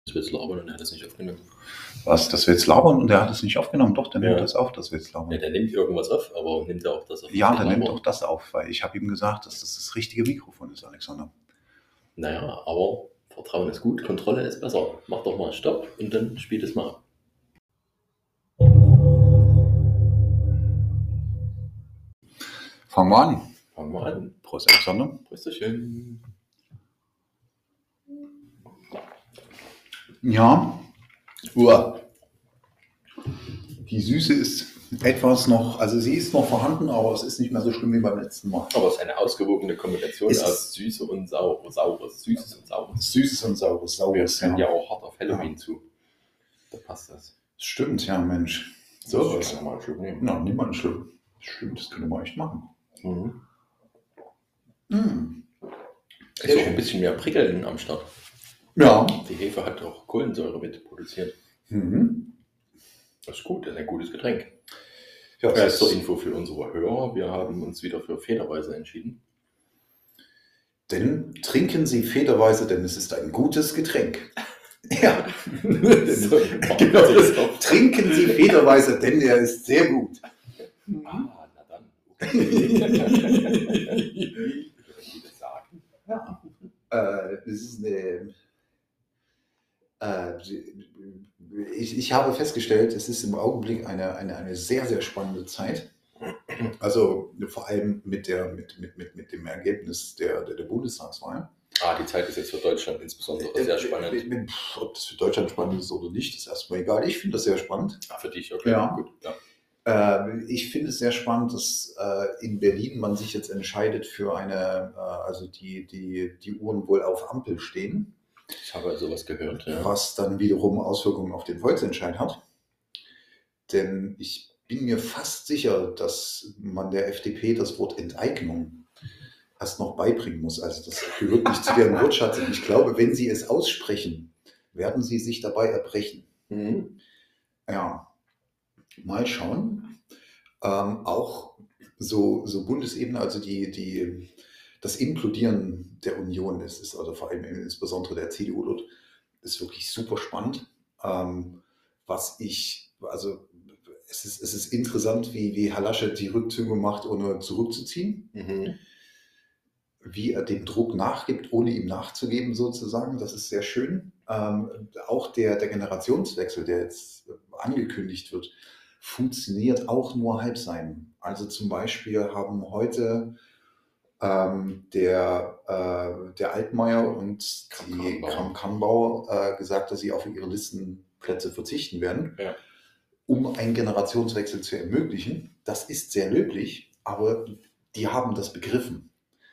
Das willst labern und er hat das nicht aufgenommen. Was, dass wir jetzt labern und der hat es nicht aufgenommen? Doch, der nimmt das auf, dass wir jetzt labern. Ja, der nimmt irgendwas auf, aber nimmt er auch das auf? Ja, der nimmt auch das auf, weil ich habe ihm gesagt, dass das richtige Mikrofon ist, Alexander. Naja, aber Vertrauen ist gut, Kontrolle ist besser. Mach doch mal Stopp und dann spielt es mal ab. Fangen wir an. Fangen wir an. Prost, Alexander. Prösterchen. Ja. Die Süße ist etwas noch, also sie ist noch vorhanden, aber es ist nicht mehr so schlimm wie beim letzten Mal. Aber es ist eine ausgewogene Kombination aus Süße und Saures. Süßes und Saures. Süßes und Saures. Wir sind ja auch hart auf Halloween zu. Da passt das. Stimmt, ja, Mensch. So, ich kann mal einen Schluck nehmen. Na, nimm mal einen Schluck. Stimmt, das können wir echt machen. Ist auch ein bisschen mehr Prickeln am Start. Ja. Die Hefe hat auch Kohlensäure mit produziert. Das ist gut, das ist ein gutes Getränk. Ja, zur Info für unsere Hörer, wir haben uns wieder für Federweiße entschieden. Denn trinken Sie Federweiße, denn es ist ein gutes Getränk. Ja, genau. Trinken Sie Federweiße, denn er ist sehr gut. Ah, na dann. Okay. Ja. Das ist ich habe festgestellt, es ist im Augenblick eine sehr, sehr spannende Zeit. Also vor allem mit dem Ergebnis der Bundestagswahl. Die Zeit ist jetzt für Deutschland insbesondere sehr spannend. Ob das für Deutschland spannend ist oder nicht, ist erstmal egal. Ich finde das sehr spannend. Für dich, okay. Ja. Gut. Ja. Ich finde es sehr spannend, dass in Berlin man sich jetzt entscheidet für also die Uhren wohl auf Ampel stehen. Ich habe sowas gehört, ja. Was dann wiederum Auswirkungen auf den Volksentscheid hat. Denn ich bin mir fast sicher, dass man der FDP das Wort Enteignung erst noch beibringen muss. Also das gehört nicht zu deren Wortschatz. Und ich glaube, wenn sie es aussprechen, werden sie sich dabei erbrechen. Ja, mal schauen. Auch so Bundesebene, also das Implodieren der Union ist also vor allem insbesondere der CDU dort, ist wirklich super spannend. Es ist interessant, wie Herr Laschet die Rückzüge macht, ohne zurückzuziehen. Wie er dem Druck nachgibt, ohne ihm nachzugeben sozusagen. Das ist sehr schön. Auch der Generationswechsel, der jetzt angekündigt wird, funktioniert auch nur halb sein. Also zum Beispiel haben heute der Altmaier und die Kramp-Karrenbauer gesagt, dass sie auf ihre Listenplätze verzichten werden, um einen Generationswechsel zu ermöglichen. Das ist sehr löblich, aber die haben das begriffen.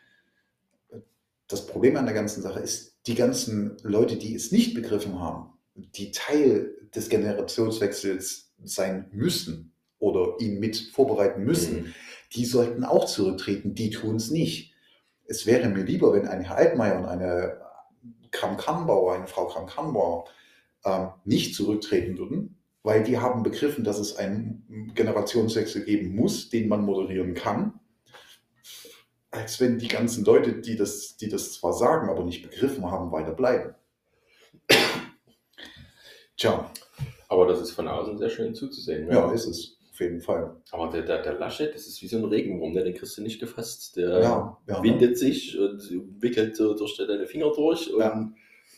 Das Problem an der ganzen Sache ist, die ganzen Leute, die es nicht begriffen haben, die Teil des Generationswechsels sein müssen oder ihn mit vorbereiten müssen, die sollten auch zurücktreten, die tun es nicht. Es wäre mir lieber, wenn ein Herr Altmaier und eine Kramp-Karrenbauer, eine Frau Kramp-Karrenbauer nicht zurücktreten würden, weil die haben begriffen, dass es einen Generationswechsel geben muss, den man moderieren kann, als wenn die ganzen Leute, die das zwar sagen, aber nicht begriffen haben, weiter bleiben. Tja. Aber das ist von außen sehr schön zuzusehen. Ja, ist es. Auf jeden Fall. Aber der Laschet, das ist wie so ein Regenwurm, den kriegst du nicht gefasst. Der windet sich und wickelt so durch deine Finger durch und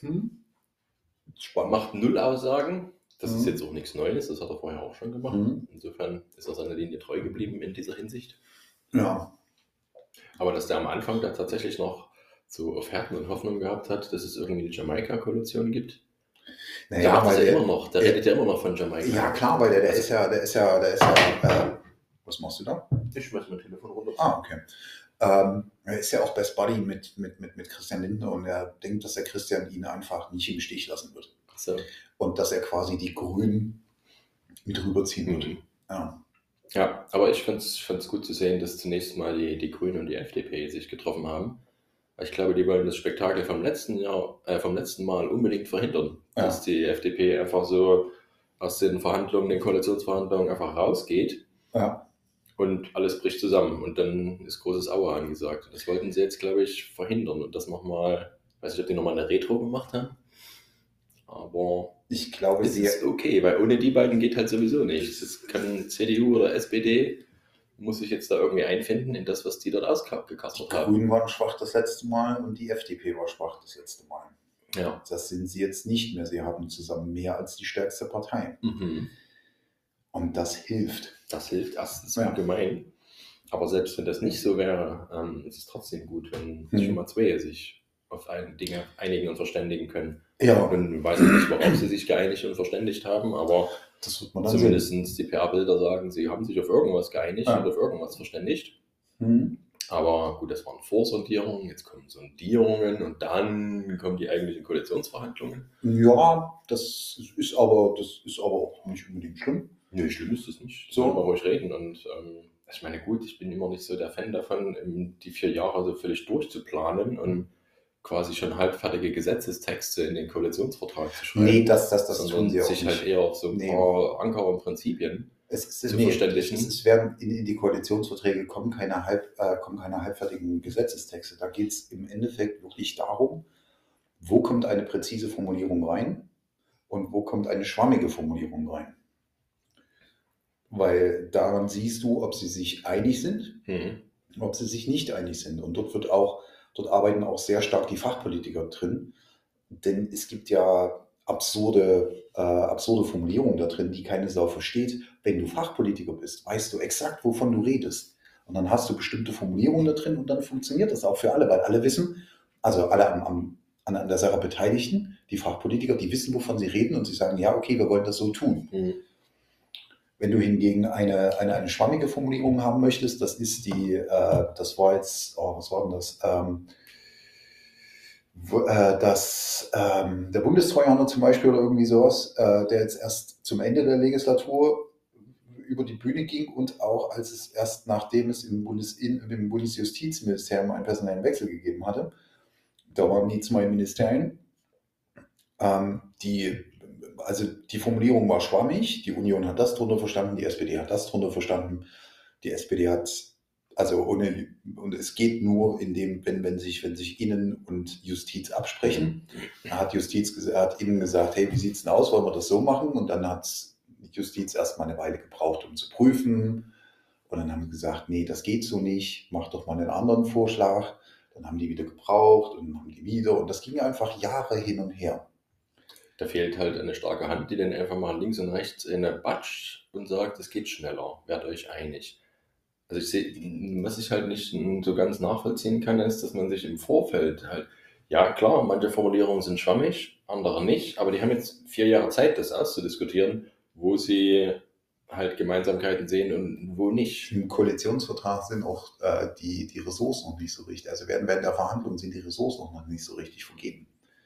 macht null Aussagen. Das ist jetzt auch nichts Neues, das hat er vorher auch schon gemacht. Insofern ist er seiner Linie treu geblieben in dieser Hinsicht. Ja. Aber dass der am Anfang da tatsächlich noch so Offerten und Hoffnung gehabt hat, dass es irgendwie eine Jamaika-Koalition gibt. Naja, der redet ja immer noch von Jamaika. Ja klar, weil der ist ja, was machst du da? Ich schmeiß mein Telefon runter. Okay. Er ist ja auch Best Buddy mit Christian Lindner und er denkt, dass der Christian ihn einfach nicht im Stich lassen wird. So. Und dass er quasi die Grünen mit rüberziehen wird. Ja, aber ich fand's gut zu sehen, dass zunächst mal die Grünen und die FDP sich getroffen haben. Ich glaube, die wollen das Spektakel vom letzten Mal unbedingt verhindern, dass die FDP einfach so aus den Koalitionsverhandlungen einfach rausgeht und alles bricht zusammen und dann ist großes Aua angesagt. Das wollten sie jetzt, glaube ich, verhindern und das nochmal, weiß nicht, ob die nochmal eine Retro gemacht haben, Aber Ich glaube, es ist okay, weil ohne die beiden geht halt sowieso nichts. Es kann CDU oder SPD, muss sich jetzt da irgendwie einfinden in das, was die dort die ausgekaspert haben. Grünen waren schwach das letzte Mal und die FDP war schwach das letzte Mal. Ja. Das sind sie jetzt nicht mehr. Sie haben zusammen mehr als die stärkste Partei. Und das hilft. Das hilft erstens Ja. ungemein. Aber selbst wenn das nicht so wäre, ist es trotzdem gut, wenn schon mal zwei sich auf Dinge einigen und verständigen können. Ja, Und weiß ich nicht, worauf sie sich geeinigt und verständigt haben, aber das wird man dann zumindest sehen. die PR-Bilder sagen, sie haben sich auf irgendwas geeinigt Ja. und auf irgendwas verständigt. Mhm. Aber gut, das waren Vorsondierungen, jetzt kommen Sondierungen und dann kommen die eigentlichen Koalitionsverhandlungen. Ja, das ist aber auch nicht unbedingt schlimm. Nö, schlimm ist das nicht. So. Sollen wir ruhig reden. Und ich meine, gut, ich bin immer nicht so der Fan davon, die 4 Jahre so völlig durchzuplanen und quasi schon halbfertige Gesetzestexte in den Koalitionsvertrag zu schreiben. Nee, das sondern tun sie auch sich nicht. halt eher auf so ein paar Anker und Prinzipien zu verständigen. Es werden in die Koalitionsverträge kommen keine halbfertigen Gesetzestexte. Da geht es im Endeffekt wirklich darum, wo kommt eine präzise Formulierung rein und wo kommt eine schwammige Formulierung rein. Weil daran siehst du, ob sie sich einig sind, ob sie sich nicht einig sind. Und dort arbeiten auch sehr stark die Fachpolitiker drin, denn es gibt ja absurde Formulierungen da drin, die keine Sau versteht. Wenn du Fachpolitiker bist, weißt du exakt, wovon du redest. Und dann hast du bestimmte Formulierungen da drin und dann funktioniert das auch für alle, weil alle wissen, also alle an der Sache Beteiligten, die Fachpolitiker, die wissen, wovon sie reden und sie sagen, ja, okay, wir wollen das so tun. Wenn du hingegen eine schwammige Formulierung haben möchtest, das ist das war jetzt, was war denn das? Der Bundestreuhänder zum Beispiel oder irgendwie sowas, der jetzt erst zum Ende der Legislatur über die Bühne ging und auch als es erst nachdem es im Bundesjustizministerium einen personellen Wechsel gegeben hatte, da waren die 2 Ministerien, die Formulierung war schwammig, die Union hat das drunter verstanden, die SPD hat das drunter verstanden, die SPD hat, und es geht nur, wenn sich Innen und Justiz absprechen. Hat Innen gesagt, hey, wie sieht es denn aus, wollen wir das so machen? Und dann hat Justiz erstmal eine Weile gebraucht, um zu prüfen. Und dann haben sie gesagt, nee, das geht so nicht, mach doch mal einen anderen Vorschlag. Dann haben die wieder gebraucht und dann haben die wieder. Und das ging einfach Jahre hin und her. Da fehlt halt eine starke Hand, die dann einfach mal links und rechts in eine batscht und sagt, es geht schneller, werdet euch einig. Also was ich halt nicht so ganz nachvollziehen kann, ist, dass man sich im Vorfeld halt, ja klar, manche Formulierungen sind schwammig, andere nicht, aber die haben jetzt 4 Jahre Zeit, das auszudiskutieren, wo sie halt Gemeinsamkeiten sehen und wo nicht. Im Koalitionsvertrag sind auch die Ressourcen noch nicht so richtig, also während der Verhandlungen sind die Ressourcen noch nicht so richtig vergeben.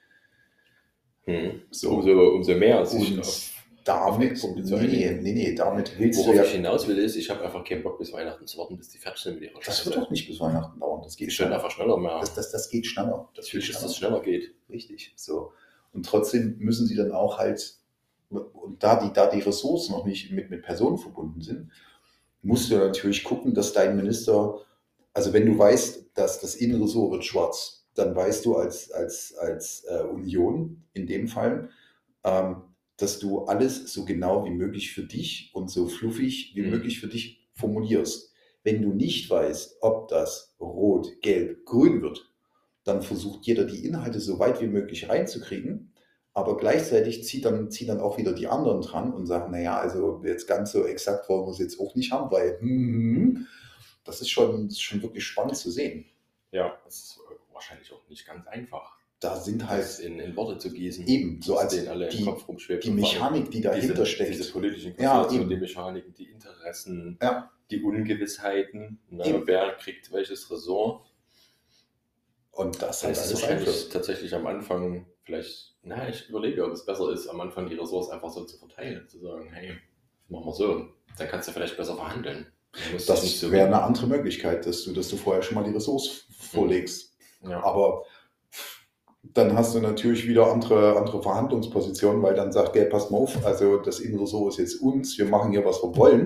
So. Umso mehr sich damit willst Worauf ich hinaus will, ist, ich habe einfach keinen Bock bis Weihnachten zu warten, bis die fertig sind mit ihrer Scheiße. Das wird doch nicht bis Weihnachten dauern. Das geht schneller. Einfach schneller mehr. Das geht schneller. Dass es schneller geht. Richtig. So. Und trotzdem müssen sie dann auch halt, und da die Ressourcen noch nicht mit Personen verbunden sind, musst du natürlich gucken, dass dein Minister, also wenn du weißt, dass das Innenressort wird schwarz, dann weißt du als Union in dem Fall, dass du alles so genau wie möglich für dich und so fluffig wie möglich für dich formulierst. Wenn du nicht weißt, ob das rot, gelb, grün wird, dann versucht jeder die Inhalte so weit wie möglich reinzukriegen, aber gleichzeitig zieht dann auch wieder die anderen dran und sagen, naja, also jetzt ganz so exakt wollen wir es jetzt auch nicht haben, weil das ist schon wirklich spannend zu sehen. Ja, das ist wahrscheinlich auch nicht ganz einfach. Da sind halt das in Worte zu gießen. Eben, so als denen alle im Kopf rumschwebt. Die Mechanik, die dahinter steckt. Diese politischen Konstellationen, die Mechaniken, die Interessen, die Ungewissheiten. Wer kriegt welches Ressort? Und das ist wahrscheinlich tatsächlich am Anfang vielleicht, ich überlege, ob es besser ist, am Anfang die Ressorts einfach so zu verteilen. Zu sagen, hey, machen wir so. Dann kannst du vielleicht besser verhandeln. Das wäre eine andere Möglichkeit, dass du vorher schon mal die Ressorts vorlegst. Ja. Aber dann hast du natürlich wieder andere Verhandlungspositionen, weil dann sagt, passt mal auf, also das Innenressort ist jetzt uns, wir machen hier, was wir wollen.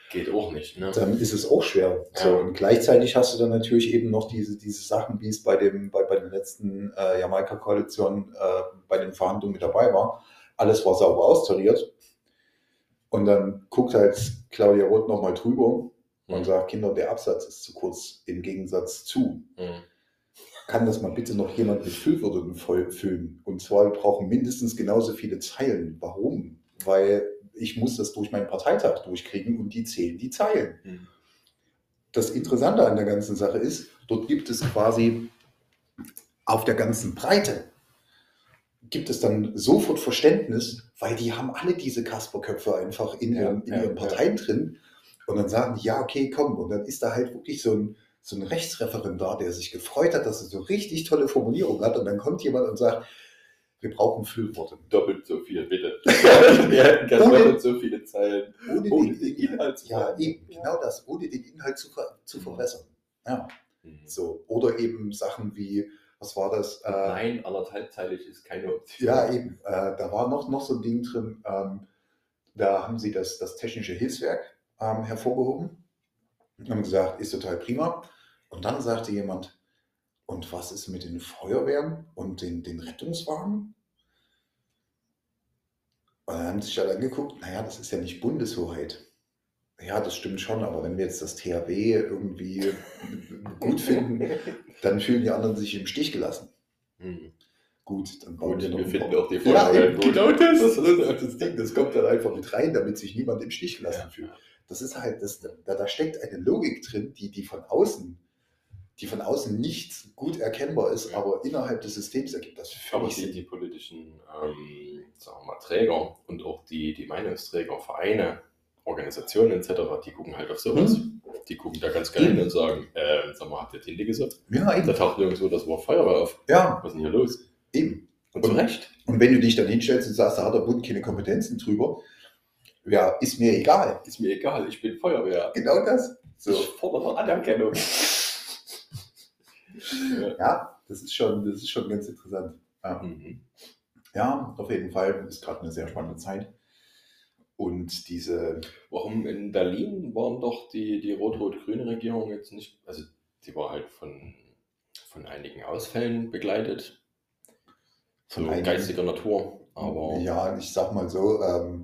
geht auch nicht. Ne? Dann ist es auch schwer. Ja. So, und gleichzeitig hast du dann natürlich eben noch diese Sachen, wie es bei den letzten Jamaika-Koalitionen bei den Verhandlungen mit dabei war. Alles war sauber austariert. Und dann guckt halt Claudia Roth nochmal drüber und sagt, Kinder, der Absatz ist zu kurz im Gegensatz zu. Kann das mal bitte noch jemand mit Füllwörtern füllen? Und zwar, wir brauchen mindestens genauso viele Zeilen. Warum? Weil ich muss das durch meinen Parteitag durchkriegen und die zählen die Zeilen. Das Interessante an der ganzen Sache ist, dort gibt es quasi auf der ganzen Breite gibt es dann sofort Verständnis, weil die haben alle diese Kasperköpfe einfach in ihren Parteien drin. Und dann sagen die, ja, okay, komm. Und dann ist da halt wirklich so ein Rechtsreferendar, der sich gefreut hat, dass er so richtig tolle Formulierungen hat. Und dann kommt jemand und sagt, wir brauchen Füllworte. Doppelt so viel, bitte. Doppelt so viele Zeilen. Ohne den Inhalt zu verbessern. Ja, eben, genau das. Ohne den Inhalt zu verbessern. Ja. So. Oder eben Sachen wie, was war das? Nein, anderthalbteilig ist keine Option. Ja, eben. Da war noch so ein Ding drin, da haben sie das technische Hilfswerk hervorgehoben und haben gesagt, ist total prima. Und dann sagte jemand, und was ist mit den Feuerwehren und den Rettungswagen? Und dann haben sie sich alle angeguckt, naja, das ist ja nicht Bundeshoheit. Ja, das stimmt schon, aber wenn wir jetzt das THW irgendwie gut finden, dann fühlen die anderen sich im Stich gelassen. Gut, dann bauen wir noch. Wir finden auch die Feuerwehr gut. Genau das Ding, das kommt dann einfach mit rein, damit sich niemand im Stich gelassen fühlt. Das ist halt, da steckt eine Logik drin, die von außen nicht gut erkennbar ist, aber innerhalb des Systems ergibt das völlig Sinn. Die politischen sagen wir mal, Träger und auch die Meinungsträger, Vereine, Organisationen etc., die gucken halt auf sowas. Die gucken da ganz gerne hin und sagen, sag mal, hat der Tinte gesagt? Ja, eben. Da taucht nirgendwo das Wort Feuerwehr auf. Ja. Was ist denn hier los? Eben. Und zu Recht. Und wenn du dich dann hinstellst und sagst, da hat der Bund keine Kompetenzen drüber, ja, ist mir egal. Ist mir egal, ich bin Feuerwehr. Genau das. So. Ich fordere Anerkennung. Ja, das ist schon ganz interessant. Ja, auf jeden Fall ist gerade eine sehr spannende Zeit. Und warum in Berlin waren doch die rot-rot-grüne Regierung jetzt nicht, also die war halt von einigen Ausfällen begleitet, so geistiger Natur, aber... Ja, ich sag mal so,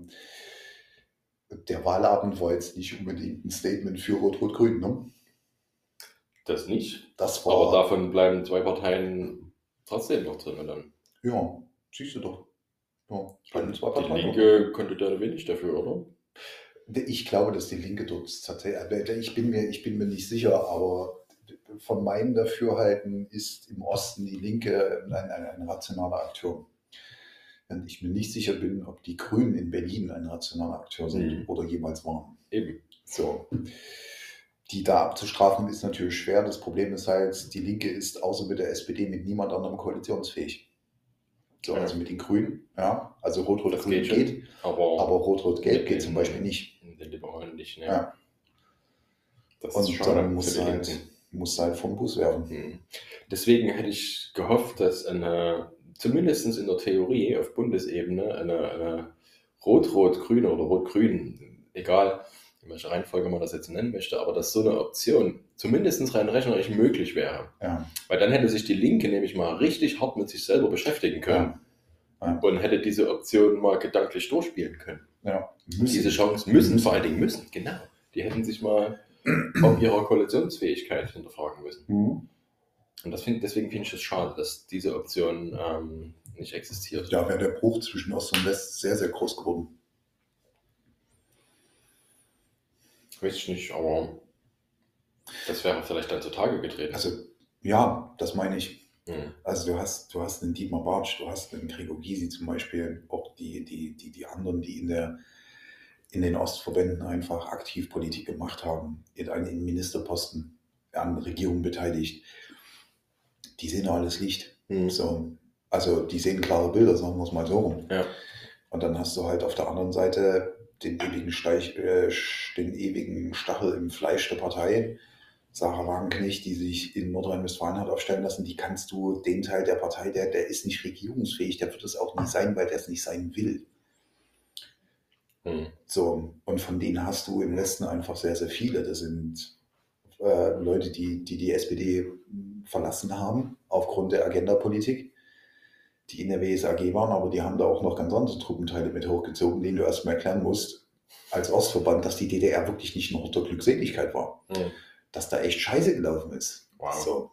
der Wahlabend war jetzt nicht unbedingt ein Statement für rot-rot-grün, ne? Das nicht, das war, aber davon bleiben 2 Parteien trotzdem noch drin dann. Ja, siehst du doch. Ja, die Linke konnte da wenig dafür, oder? Ich glaube, dass die Linke dort tatsächlich, ich bin mir nicht sicher, aber von meinem Dafürhalten ist im Osten die Linke ein rationaler Akteur. Während ich mir nicht sicher bin, ob die Grünen in Berlin ein rationaler Akteur sind oder jemals waren. Eben. So. Die da abzustrafen ist natürlich schwer. Das Problem ist halt, die Linke ist außer mit der SPD mit niemand anderem koalitionsfähig. So, also mit den Grünen, ja, also Rot-Rot-Grün geht, aber Rot-Rot-Gelb geht zum Beispiel nicht. Den Liberalen nicht, ne? Ja. Das und ist dann muss halt vom Bus werden. Deswegen hätte ich gehofft, dass zumindest in der Theorie auf Bundesebene eine Rot-Rot-Grün oder Rot-Grün, egal in welcher Reihenfolge man das jetzt nennen möchte, aber dass so eine Option zumindest rein rechnerisch möglich wäre. Ja. Weil dann hätte sich die Linke nämlich mal richtig hart mit sich selber beschäftigen können und hätte diese Option mal gedanklich durchspielen können. Ja. Diese Chance müssen, vor allen Dingen müssen, genau. Die hätten sich mal auf ihre Koalitionsfähigkeit hinterfragen müssen. Und deswegen finde ich es schade, dass diese Option nicht existiert. Da wäre der Bruch zwischen Ost und West sehr, sehr groß geworden. Weiß ich nicht, aber das wäre vielleicht dann zutage getreten. Also, ja, das meine ich. Also du hast einen Dietmar Bartsch, du hast einen Gregor Gysi zum Beispiel, auch die anderen, die in den Ostverbänden einfach aktiv Politik gemacht haben, in Ministerposten an Regierungen beteiligt, die sehen alles Licht. So, also die sehen klare Bilder, sagen wir es mal so rum. Ja. Und dann hast du halt auf der anderen Seite den ewigen Stachel im Fleisch der Partei, Sarah Wagenknecht, die sich in Nordrhein-Westfalen hat aufstellen lassen, die kannst du, den Teil der Partei, der ist nicht regierungsfähig, der wird es auch nie sein, weil der es nicht sein will. So, und von denen hast du im Westen einfach sehr, sehr viele. Das sind Leute, die SPD verlassen haben aufgrund der Agenda-Politik, die in der WSAG waren, aber die haben da auch noch ganz andere Truppenteile mit hochgezogen, denen du erstmal erklären musst, als Ostverband, dass die DDR wirklich nicht ein Ort der Glückseligkeit war. Dass da echt Scheiße gelaufen ist. Wow. So.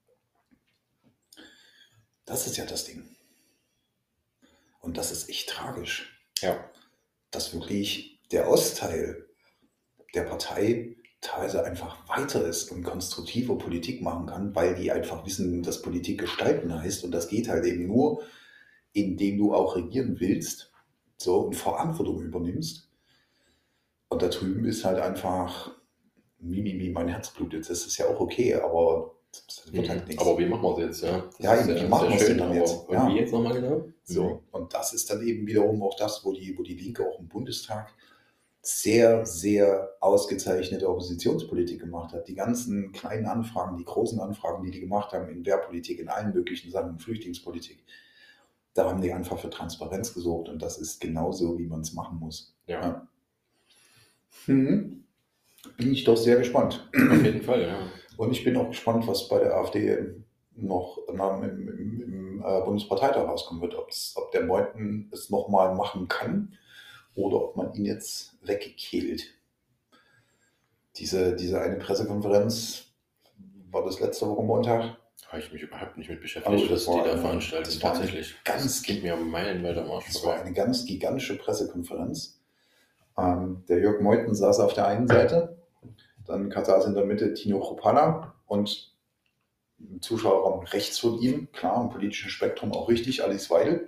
Das ist ja das Ding. Und das ist echt tragisch. Ja. Dass wirklich der Ostteil der Partei teilweise einfach weiter ist und konstruktive Politik machen kann, weil die einfach wissen, dass Politik gestalten heißt. Und das geht halt eben nur, indem du auch regieren willst, so, und Verantwortung übernimmst. Und da drüben ist halt einfach mein Herz blutet. Das ist ja auch okay, aber das wird halt nichts. Aber wie machen wir es jetzt? Ja, ja, wie machen wir es denn dann jetzt? Und wie jetzt nochmal genau? So, und das ist dann eben wiederum auch das, wo die Linke auch im Bundestag sehr, sehr ausgezeichnete Oppositionspolitik gemacht hat. Die ganzen kleinen Anfragen, die großen Anfragen, die gemacht haben in Wehrpolitik, in allen möglichen Sachen, Flüchtlingspolitik, da haben die einfach für Transparenz gesorgt und das ist genauso, wie man es machen muss. Ja. Bin ich doch sehr gespannt. Auf jeden Fall, ja. Und ich bin auch gespannt, was bei der AfD noch im Bundesparteitag rauskommen wird, ob der Meuthen es nochmal machen kann oder ob man ihn jetzt weggekehlt. Diese eine Pressekonferenz, war das letzte Woche Montag? Habe ich mich überhaupt nicht mit beschäftigt, was die da veranstalten. Tatsächlich. Das geht mir meilenweit am Arsch. Das war eine ganz gigantische Pressekonferenz. Der Jörg Meuthen saß auf der einen Seite, dann saß in der Mitte Tino Kruppalla und im Zuschauerraum rechts von ihm, klar, im politischen Spektrum auch richtig, Alice Weidel.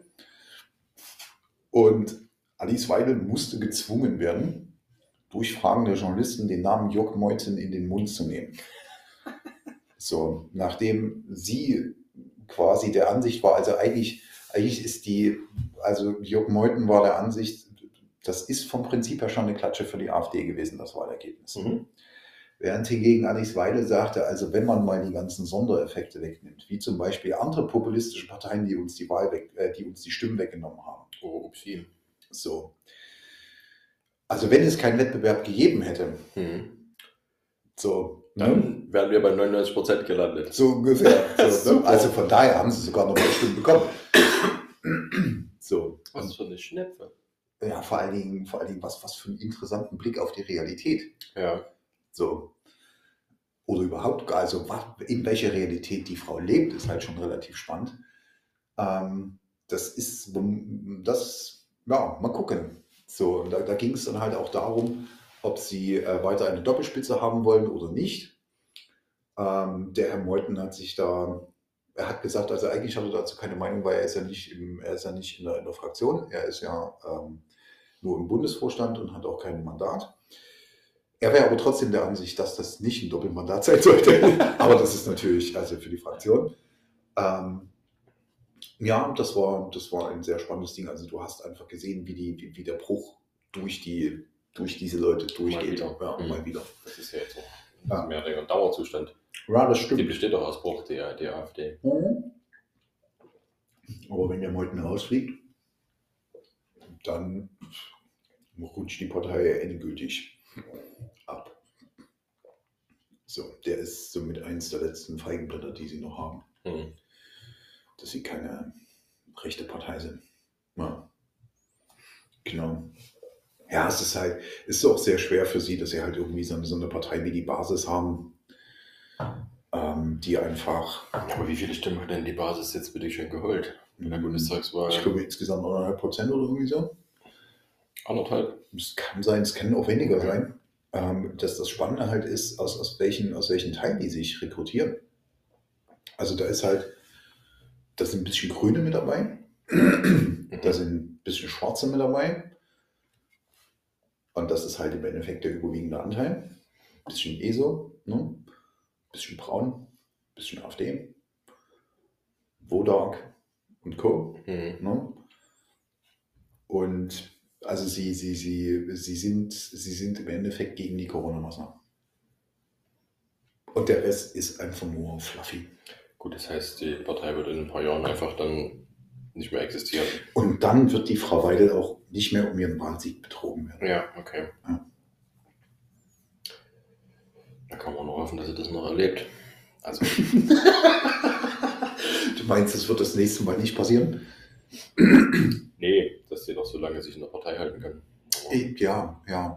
Und Alice Weidel musste gezwungen werden, durch Fragen der Journalisten den Namen Jörg Meuthen in den Mund zu nehmen. So, nachdem sie quasi der Ansicht war, also eigentlich ist Jörg Meuthen war der Ansicht, das ist vom Prinzip her schon eine Klatsche für die AfD gewesen, das Wahlergebnis. Während hingegen Alice Weidel sagte, also wenn man mal die ganzen Sondereffekte wegnimmt, wie zum Beispiel andere populistische Parteien, die uns die Stimmen weggenommen haben. Oh, upsie. So. Also wenn es keinen Wettbewerb gegeben hätte, so, dann wären wir bei 99% gelandet. so ungefähr. So, also von daher haben sie sogar noch mehr Stimmen bekommen. So. Was für eine Schnepfe. Ja, vor allen Dingen was für einen interessanten Blick auf die Realität. Ja. So. Oder überhaupt, also in welcher Realität die Frau lebt, ist halt schon relativ spannend. Mal gucken. So, und da ging es dann halt auch darum, ob sie weiter eine Doppelspitze haben wollen oder nicht. Der Herr Meuthen hat gesagt, also eigentlich hat er dazu keine Meinung, weil er ist ja nicht in der Fraktion, er ist ja nur im Bundesvorstand und hat auch kein Mandat. Er wäre aber trotzdem der Ansicht, dass das nicht ein Doppelmandat sein sollte. Aber das ist natürlich also für die Fraktion. Ja, das war ein sehr spannendes Ding. Also du hast einfach gesehen, wie der Bruch durch diese Leute durchgeht. Mal wieder. Das ist ja jetzt auch mehr ein Dauerzustand. Ja, das stimmt. Die besteht auch aus Bruch der AfD. Aber wenn der Meuthen rausfliegt, dann rutscht die Partei endgültig ab. So, der ist somit eins der letzten Feigenblätter, die sie noch haben. Dass sie keine rechte Partei sind. Ja. Genau. Ja, es ist auch sehr schwer für sie, dass sie halt irgendwie so eine Partei wie die Basis haben, die einfach... Aber wie viele Stimmen hat denn die Basis jetzt bitte schon geholt in der Bundestagswahl? Ich glaube insgesamt 1,5% oder irgendwie so. 1,5? Das kann sein, es können auch weniger sein. Das Spannende halt ist, aus welchen Teilen die sich rekrutieren. Also da sind ein bisschen Grüne mit dabei, da sind ein bisschen Schwarze mit dabei und das ist halt im Endeffekt der überwiegende Anteil. Ein bisschen ESO, ne? Ein bisschen Braun, ein bisschen AfD, Wodak und Co. Ne? Und also sie sind im Endeffekt gegen die Corona-Maßnahmen. Und der Rest ist einfach nur fluffy. Gut, das heißt, die Partei wird in ein paar Jahren einfach dann nicht mehr existieren. Und dann wird die Frau Weidel auch nicht mehr um ihren Wahlsieg betrogen werden. Ja, okay. Ja. Da kann man nur hoffen, dass sie das noch erlebt. Also, Du meinst, das wird das nächste Mal nicht passieren? nee, dass sie noch so lange sich in der Partei halten können. Aber, Ja. ja,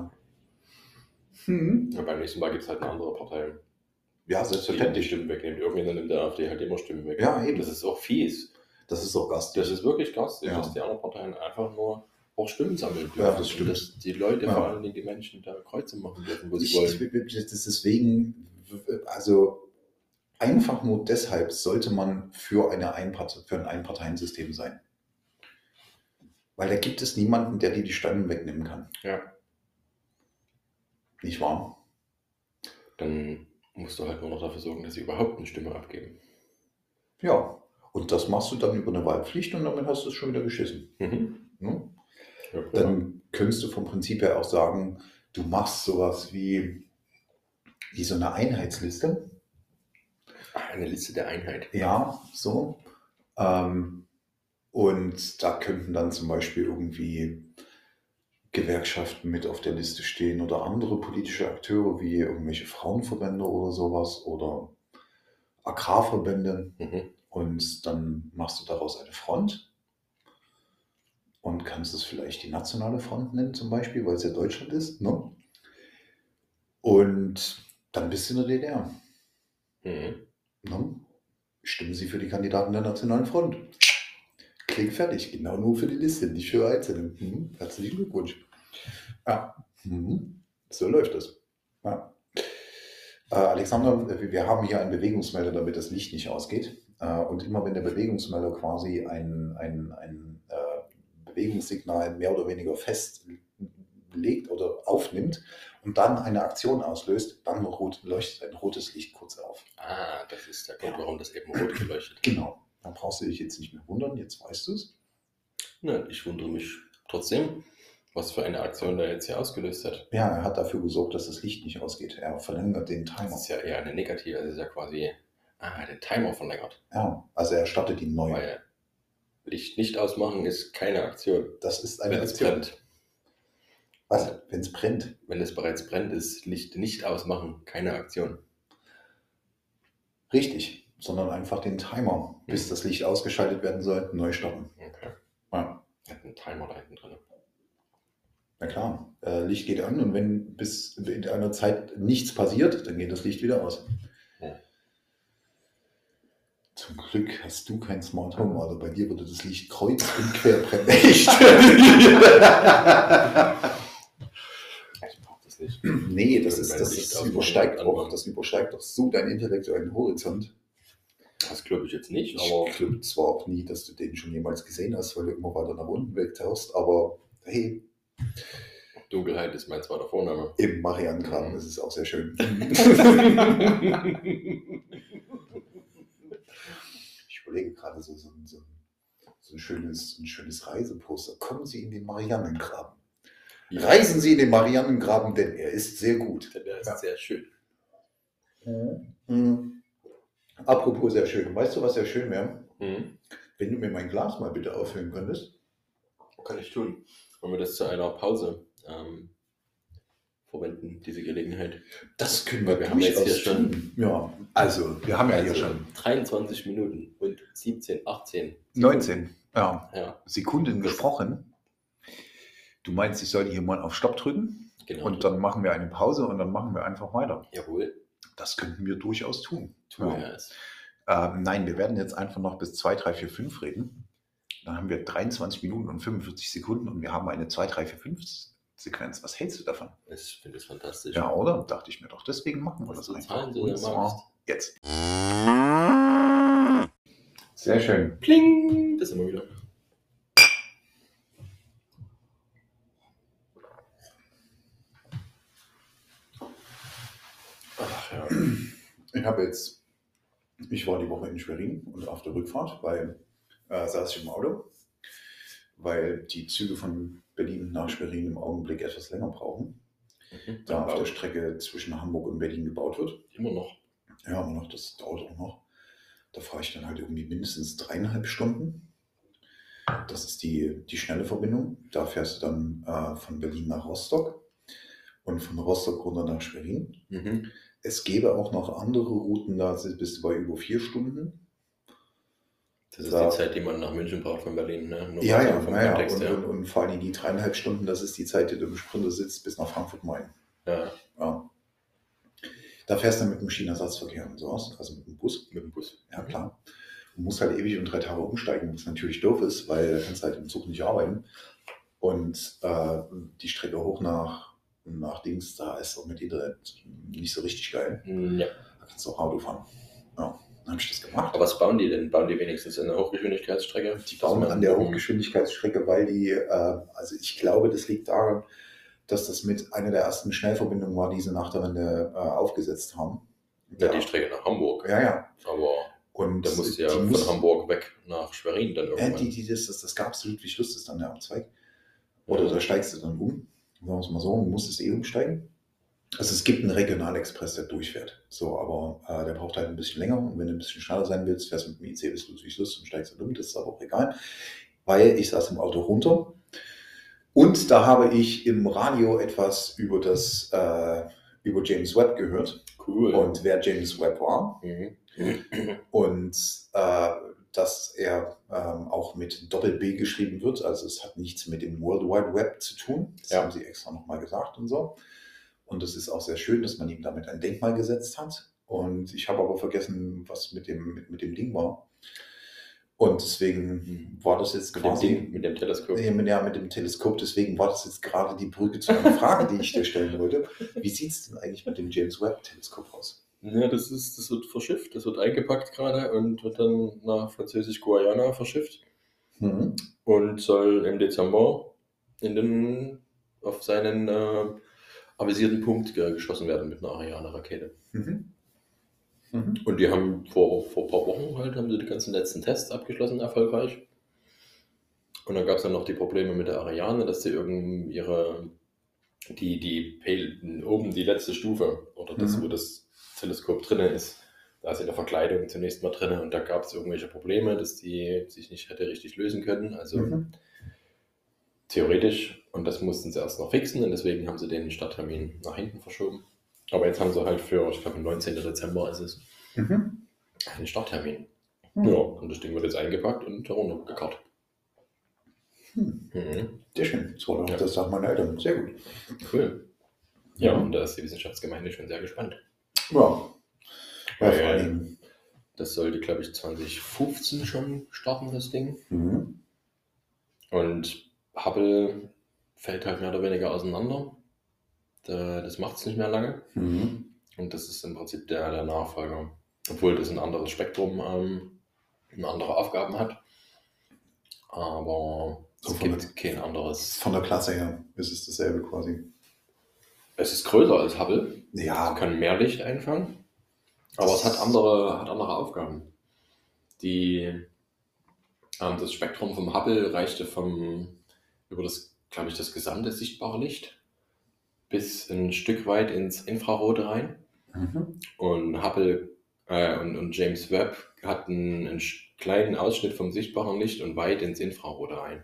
beim nächsten Mal gibt es halt eine andere Partei, Ja, die die selbstverständlich. Stimmen wegnimmt. Irgendjemand nimmt der AfD halt immer Stimmen weg. Ja, eben. Das ist auch fies. Das ist auch garstig. Das ist wirklich garstig, Ja. dass die anderen Parteien einfach nur auch Stimmen sammeln dürfen. Ja, das stimmt. Und dass die Leute, Ja. vor allem die Menschen, da Kreuze machen dürfen, wo sie Das wollen. ist deswegen, also einfach nur deshalb sollte man für ein Einparteiensystem sein. Weil da gibt es niemanden, der dir die Stimmen wegnehmen kann. Ja. Nicht wahr? Dann musst du halt nur noch dafür sorgen, dass sie überhaupt eine Stimme abgeben. Ja. Und das machst du dann über eine Wahlpflicht und damit hast du es schon wieder geschissen. Mhm. Ne? Ja, klar. Dann könntest du vom Prinzip her auch sagen, du machst sowas wie so eine Einheitsliste. Eine Liste der Einheit. Ja, so. Und da könnten dann zum Beispiel irgendwie Gewerkschaften mit auf der Liste stehen oder andere politische Akteure wie irgendwelche Frauenverbände oder sowas oder Agrarverbände. Mhm. Und dann machst du daraus eine Front und kannst es vielleicht die nationale Front nennen zum Beispiel, weil es ja Deutschland ist. Ne? Und dann bist du in der DDR. Mhm. Ne? Stimmen Sie für die Kandidaten der Nationalen Front. Klick fertig. Genau nur für die Liste, nicht für Einzelne. Herzlichen Glückwunsch. Ja, so läuft das. Ja. Alexander, wir haben hier einen Bewegungsmelder, damit das Licht nicht ausgeht. Und immer wenn der Bewegungsmelder quasi ein Bewegungssignal mehr oder weniger festlegt oder aufnimmt und dann eine Aktion auslöst, dann leuchtet ein rotes Licht kurz auf. Ah, das ist der Grund, warum das eben rot geleuchtet hat. Genau. Dann brauchst du dich jetzt nicht mehr wundern, jetzt weißt du es. Nein, ich wundere mich trotzdem, was für eine Aktion der jetzt hier ausgelöst hat. Ja, er hat dafür gesorgt, dass das Licht nicht ausgeht. Er verlängert den Das Timer. ist ja eher eine negative, das ist ja quasi den Timer verlängert. Ja, also er startet ihn neu. Weil Licht nicht ausmachen ist keine Aktion. Das ist eine Wenn es Aktion. brennt. Was? Wenn es brennt? Wenn es bereits brennt, ist Licht nicht ausmachen keine Aktion. Richtig, sondern einfach den Timer, bis das Licht ausgeschaltet werden soll, neu starten. Okay. Ja. Hat einen Timer da hinten drin. Na klar, Licht geht an und wenn bis in einer Zeit nichts passiert, dann geht das Licht wieder aus. Ja. Zum Glück hast du kein Smart Home, also bei dir würde das Licht kreuz und quer brennen. Echt? Ich brauche das nicht. Nee, das Wenn übersteigt Licht auch, das übersteigt doch so deinen intellektuellen Horizont. Das glaube ich jetzt nicht, Ich aber glaube zwar auch nie, dass du den schon jemals gesehen hast, weil du immer weiter nach unten wegtauchst, aber hey, Dunkelheit ist mein zweiter Vorname. im Marianengraben ist es auch sehr schön. Ich überlege gerade so ein schönes Reiseposter. Kommen Sie in den Marianengraben. Reisen Sie in den Marianengraben, denn er ist sehr gut. Der ist Ja. sehr schön. Apropos sehr schön. Weißt du, was sehr schön wäre? Mhm. Wenn du mir mein Glas mal bitte auffüllen könntest. Kann ich tun. Wollen wir das zu einer Pause verwenden, diese Gelegenheit? Das können wir Wir haben jetzt hier durchaus schon. tun. Ja, also wir haben ja hier schon 23 Minuten und 17, 18. 19 Ja, Sekunden gesprochen. Du meinst, ich sollte hier mal auf Stopp drücken genau. und dann machen wir eine Pause und dann machen wir einfach weiter. Jawohl, Das könnten wir durchaus tun. tue es. Nein, wir werden jetzt einfach noch bis 2, 3, 4, 5 reden. Dann haben wir 23 Minuten und 45 Sekunden und wir haben eine 2, 3, 4, 5 Sequenz. Was hältst du davon? Ich finde es fantastisch. Ja, oder? Dachte ich mir doch. Deswegen machen wir Was das du einfach. Zahlen so Und sehr zwar magst. jetzt. Sehr schön. Pling! Das sind wir wieder. Ach ja. Ich war die Woche in Schwerin und auf der Rückfahrt, saß ich im Auto, weil die Züge von Berlin nach Schwerin im Augenblick etwas länger brauchen, da auf der Strecke zwischen Hamburg und Berlin gebaut wird. Immer noch. Ja, immer noch, das dauert auch noch. Da fahre ich dann halt irgendwie mindestens 3,5 Stunden. Das ist die schnelle Verbindung. Da fährst du dann von Berlin nach Rostock und von Rostock runter nach Schwerin. Mhm. Es gäbe auch noch andere Routen, da bist du bei über 4 Stunden. Das ist die Da, Zeit, die man nach München braucht von Berlin, ne? Nur ja, mal so ja, vom naja, Kontext her. und vor allem die 3,5 Stunden, das ist die Zeit, die du im Sprinter sitzt, bis nach Frankfurt-Main. Ja, Ja. Da fährst du mit dem Schienenersatzverkehr und sowas, also mit dem Bus. mit dem Bus. Ja, klar. Du musst halt ewig und 3 Tage umsteigen, was natürlich doof ist, weil du kannst halt im Zug nicht arbeiten. Und die Strecke hoch nach Dings, da ist auch mit Internet nicht so richtig geil. Ja. Da kannst du auch Auto fahren. Ja, dann habe ich das gemacht. Aber was bauen die denn? Bauen die wenigstens eine Hochgeschwindigkeitsstrecke? Die bauen an der Hochgeschwindigkeitsstrecke, weil also ich glaube, das liegt daran, dass das mit einer der ersten Schnellverbindungen war, die sie nach der Wende aufgesetzt haben. Ja, die Strecke nach Hamburg. Ja, ja. Aber Und da musst du ja von Hamburg weg nach Schwerin dann irgendwann. Das gab es Ludwig Lust, ist dann der Abzweig. Oder da steigst du dann um. Sagen wir es mal so, du musstest umsteigen. Also es gibt einen Regionalexpress, der durchfährt. So, aber der braucht halt ein bisschen länger. Und wenn du ein bisschen schneller sein willst, fährst du mit dem IC bis Ludwig Lust und steigst dann um. Das ist aber auch egal. Weil ich saß im Auto runter. Und da habe ich im Radio etwas über James Webb gehört. Cool. Und wer James Webb war. Mhm. Und dass er auch mit Doppel-B geschrieben wird. Also es hat nichts mit dem World Wide Web zu tun. Das haben sie extra nochmal gesagt und so. Und es ist auch sehr schön, dass man ihm damit ein Denkmal gesetzt hat. Und ich habe aber vergessen, was mit dem Ding war. Und deswegen war das jetzt quasi... Mit dem Teleskop. Ja, mit dem Teleskop. Deswegen war das jetzt gerade die Brücke zu einer Frage, die ich dir stellen wollte. Wie sieht es denn eigentlich mit dem James Webb-Teleskop aus? Ja, das wird verschifft, das wird eingepackt gerade und wird dann nach Französisch-Guayana verschifft. Mhm. Und soll im Dezember auf seinen avisierten Punkt geschossen werden mit einer Ariane-Rakete. Mhm. Und die haben vor ein paar Wochen haben sie die ganzen letzten Tests abgeschlossen, erfolgreich. Und dann gab es dann noch die Probleme mit der Ariane, dass sie irgendwie oben die letzte Stufe oder das, wo das Teleskop drin ist, da ist in der Verkleidung zunächst mal drin und da gab es irgendwelche Probleme, dass die sich nicht hätte richtig lösen können. Also theoretisch, und das mussten sie erst noch fixen und deswegen haben sie den Starttermin nach hinten verschoben. Aber jetzt haben sie halt für, ich glaube, 19. Dezember ist es, einen Starttermin. Ja, und das Ding wird jetzt eingepackt und heruntergekarrt. Sehr schön. Das war doch das sagt meine Eltern. Sehr gut. Cool. Ja, und da ist die Wissenschaftsgemeinde schon sehr gespannt. Ja. Weil das sollte, glaube ich, 2015 schon starten, das Ding. Und Hubble fällt halt mehr oder weniger auseinander. Das macht es nicht mehr lange. Und das ist im Prinzip der Nachfolger. Obwohl das ein anderes Spektrum andere Aufgaben hat. Aber es gibt kein anderes. Von der Klasse her ist es dasselbe quasi. Es ist größer als Hubble. Ja. Es kann mehr Licht einfangen. Aber es hat andere Aufgaben. Das Spektrum vom Hubble reichte über das gesamte sichtbare Licht bis ein Stück weit ins Infrarote rein. Und Hubble und James Webb hatten einen kleinen Ausschnitt vom sichtbaren Licht und weit ins Infrarote rein.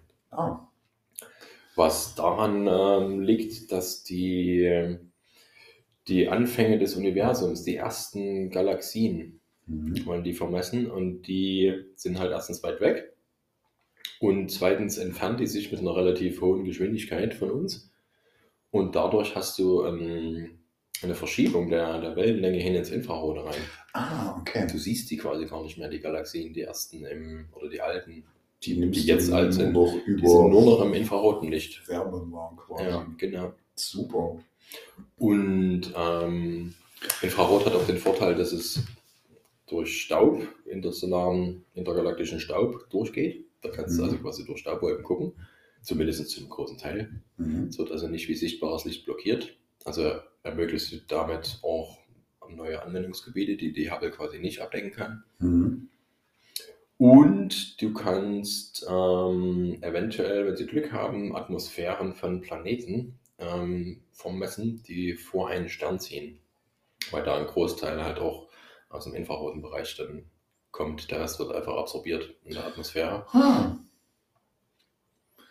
Was daran liegt, dass die Anfänge des Universums, die ersten Galaxien, wollen die vermessen und die sind halt erstens weit weg und zweitens entfernt die sich mit einer relativ hohen Geschwindigkeit von uns und dadurch hast du eine Verschiebung der Wellenlänge hin ins Infrarote rein. Okay. Du siehst die quasi gar nicht mehr, die Galaxien, die ersten oder die alten, die jetzt alt sind, die sind nur noch im infraroten Licht. Wärmewarm quasi. Ja, genau. Super. Und Infrarot hat auch den Vorteil, dass es durch Staub, intergalaktischen Staub durchgeht. Da kannst du also quasi durch Staubwolken gucken, zumindest zu einem großen Teil. Es wird also nicht wie sichtbares Licht blockiert. Also ermöglicht damit auch neue Anwendungsgebiete, die Hubble quasi nicht abdecken kann. Und du kannst eventuell, wenn sie Glück haben, Atmosphären von Planeten vermessen, die vor einen Stern ziehen. Weil da ein Großteil halt auch aus dem infraroten Bereich dann kommt. Der Rest wird einfach absorbiert in der Atmosphäre.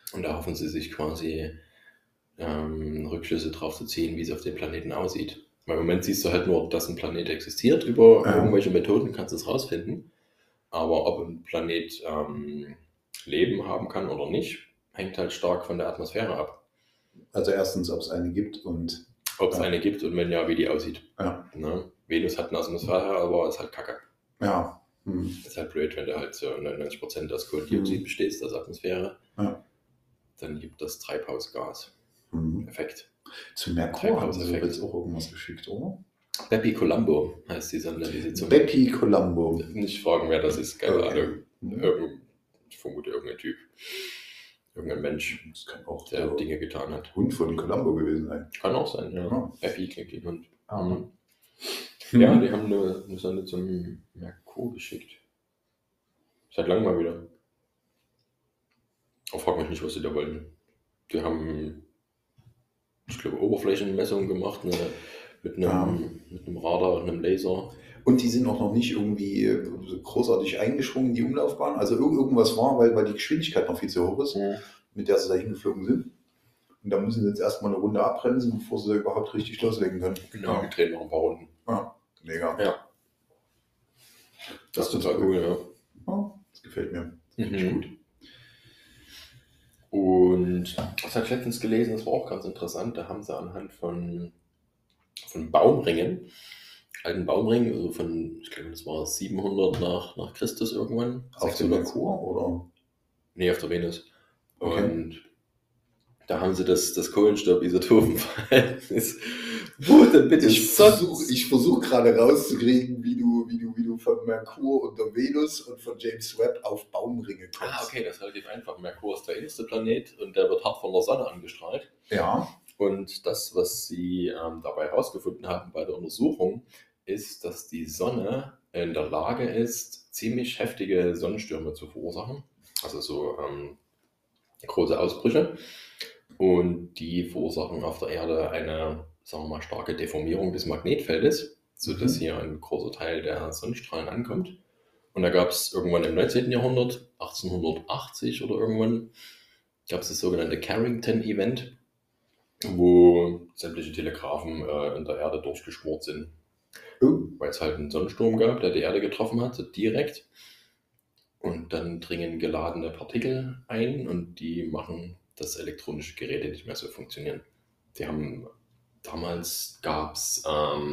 Und da hoffen sie sich quasi Rückschlüsse drauf zu ziehen, wie es auf dem Planeten aussieht. Weil im Moment siehst du halt nur, dass ein Planet existiert. Über irgendwelche Methoden kannst du es rausfinden. Aber ob ein Planet Leben haben kann oder nicht, hängt halt stark von der Atmosphäre ab. Also erstens, ob es eine gibt und... Ob es eine gibt und wenn ja, wie die aussieht. Ja. Ne? Venus hat eine Atmosphäre, aber ist halt kacke. Ja. Ist halt blöd, wenn du halt so 99% aus Kohlendioxid bestehst, als Atmosphäre. Ja. Dann gibt das Treibhausgas. Effekt. Zu Merkur haben sie jetzt auch irgendwas geschickt, oder? Bepi Colombo heißt die Sonde, die sie zum... Bepi Colombo. Nicht fragen, wer das ist, keine Ahnung. Ich vermute irgendein Typ. Irgendein Mensch, das kann auch der Dinge getan hat. Hund von Colombo gewesen sein. Kann auch sein, ja. Bepi klingt wie Hund. Ja, die haben eine Sonde zum Merkur geschickt. Seit langem mal wieder. Aber frag mich nicht, was sie da wollen. Die haben, ich glaube, Oberflächenmessungen gemacht, mit einem Radar und einem Laser. Und die sind auch noch nicht irgendwie großartig eingeschwungen in die Umlaufbahn. Also irgendwas war, weil die Geschwindigkeit noch viel zu hoch ist, mit der sie da hingeflogen sind. Und da müssen sie jetzt erstmal eine Runde abbremsen, bevor sie überhaupt richtig loslegen können. Genau, die drehen noch ein paar Runden. Ja, mega. Ja. Das ist total cool, ja. Das gefällt mir. Gut. Und das habe ich letztens gelesen, das war auch ganz interessant. Da haben sie anhand von Baumringen, alten Baumringen, also von, ich glaube, das war 700 nach Christus irgendwann. Auf dem Merkur oder? Nee, auf der Venus. Okay. Und da haben sie das Kohlenstoff-Isotopen-Verhältnis. Wo denn bitte? Ich versuch gerade rauszukriegen, wie du von Merkur und der Venus und von James Webb auf Baumringe kommst. Okay, das ist relativ einfach. Merkur ist der innerste Planet und der wird hart von der Sonne angestrahlt. Ja. Und das, was sie dabei herausgefunden haben bei der Untersuchung, ist, dass die Sonne in der Lage ist, ziemlich heftige Sonnenstürme zu verursachen. Also so große Ausbrüche. Und die verursachen auf der Erde eine, sagen wir mal, starke Deformierung des Magnetfeldes, sodass hier ein großer Teil der Sonnenstrahlen ankommt. Und da gab es irgendwann im 19. Jahrhundert, 1880 oder irgendwann, gab es das sogenannte Carrington-Event, wo sämtliche Telegraphen in der Erde durchgeschmort sind. Weil es halt einen Sonnensturm gab, der die Erde getroffen hat, so direkt. Und dann dringen geladene Partikel ein und die machen, dass elektronische Geräte nicht mehr so funktionieren. Damals gab es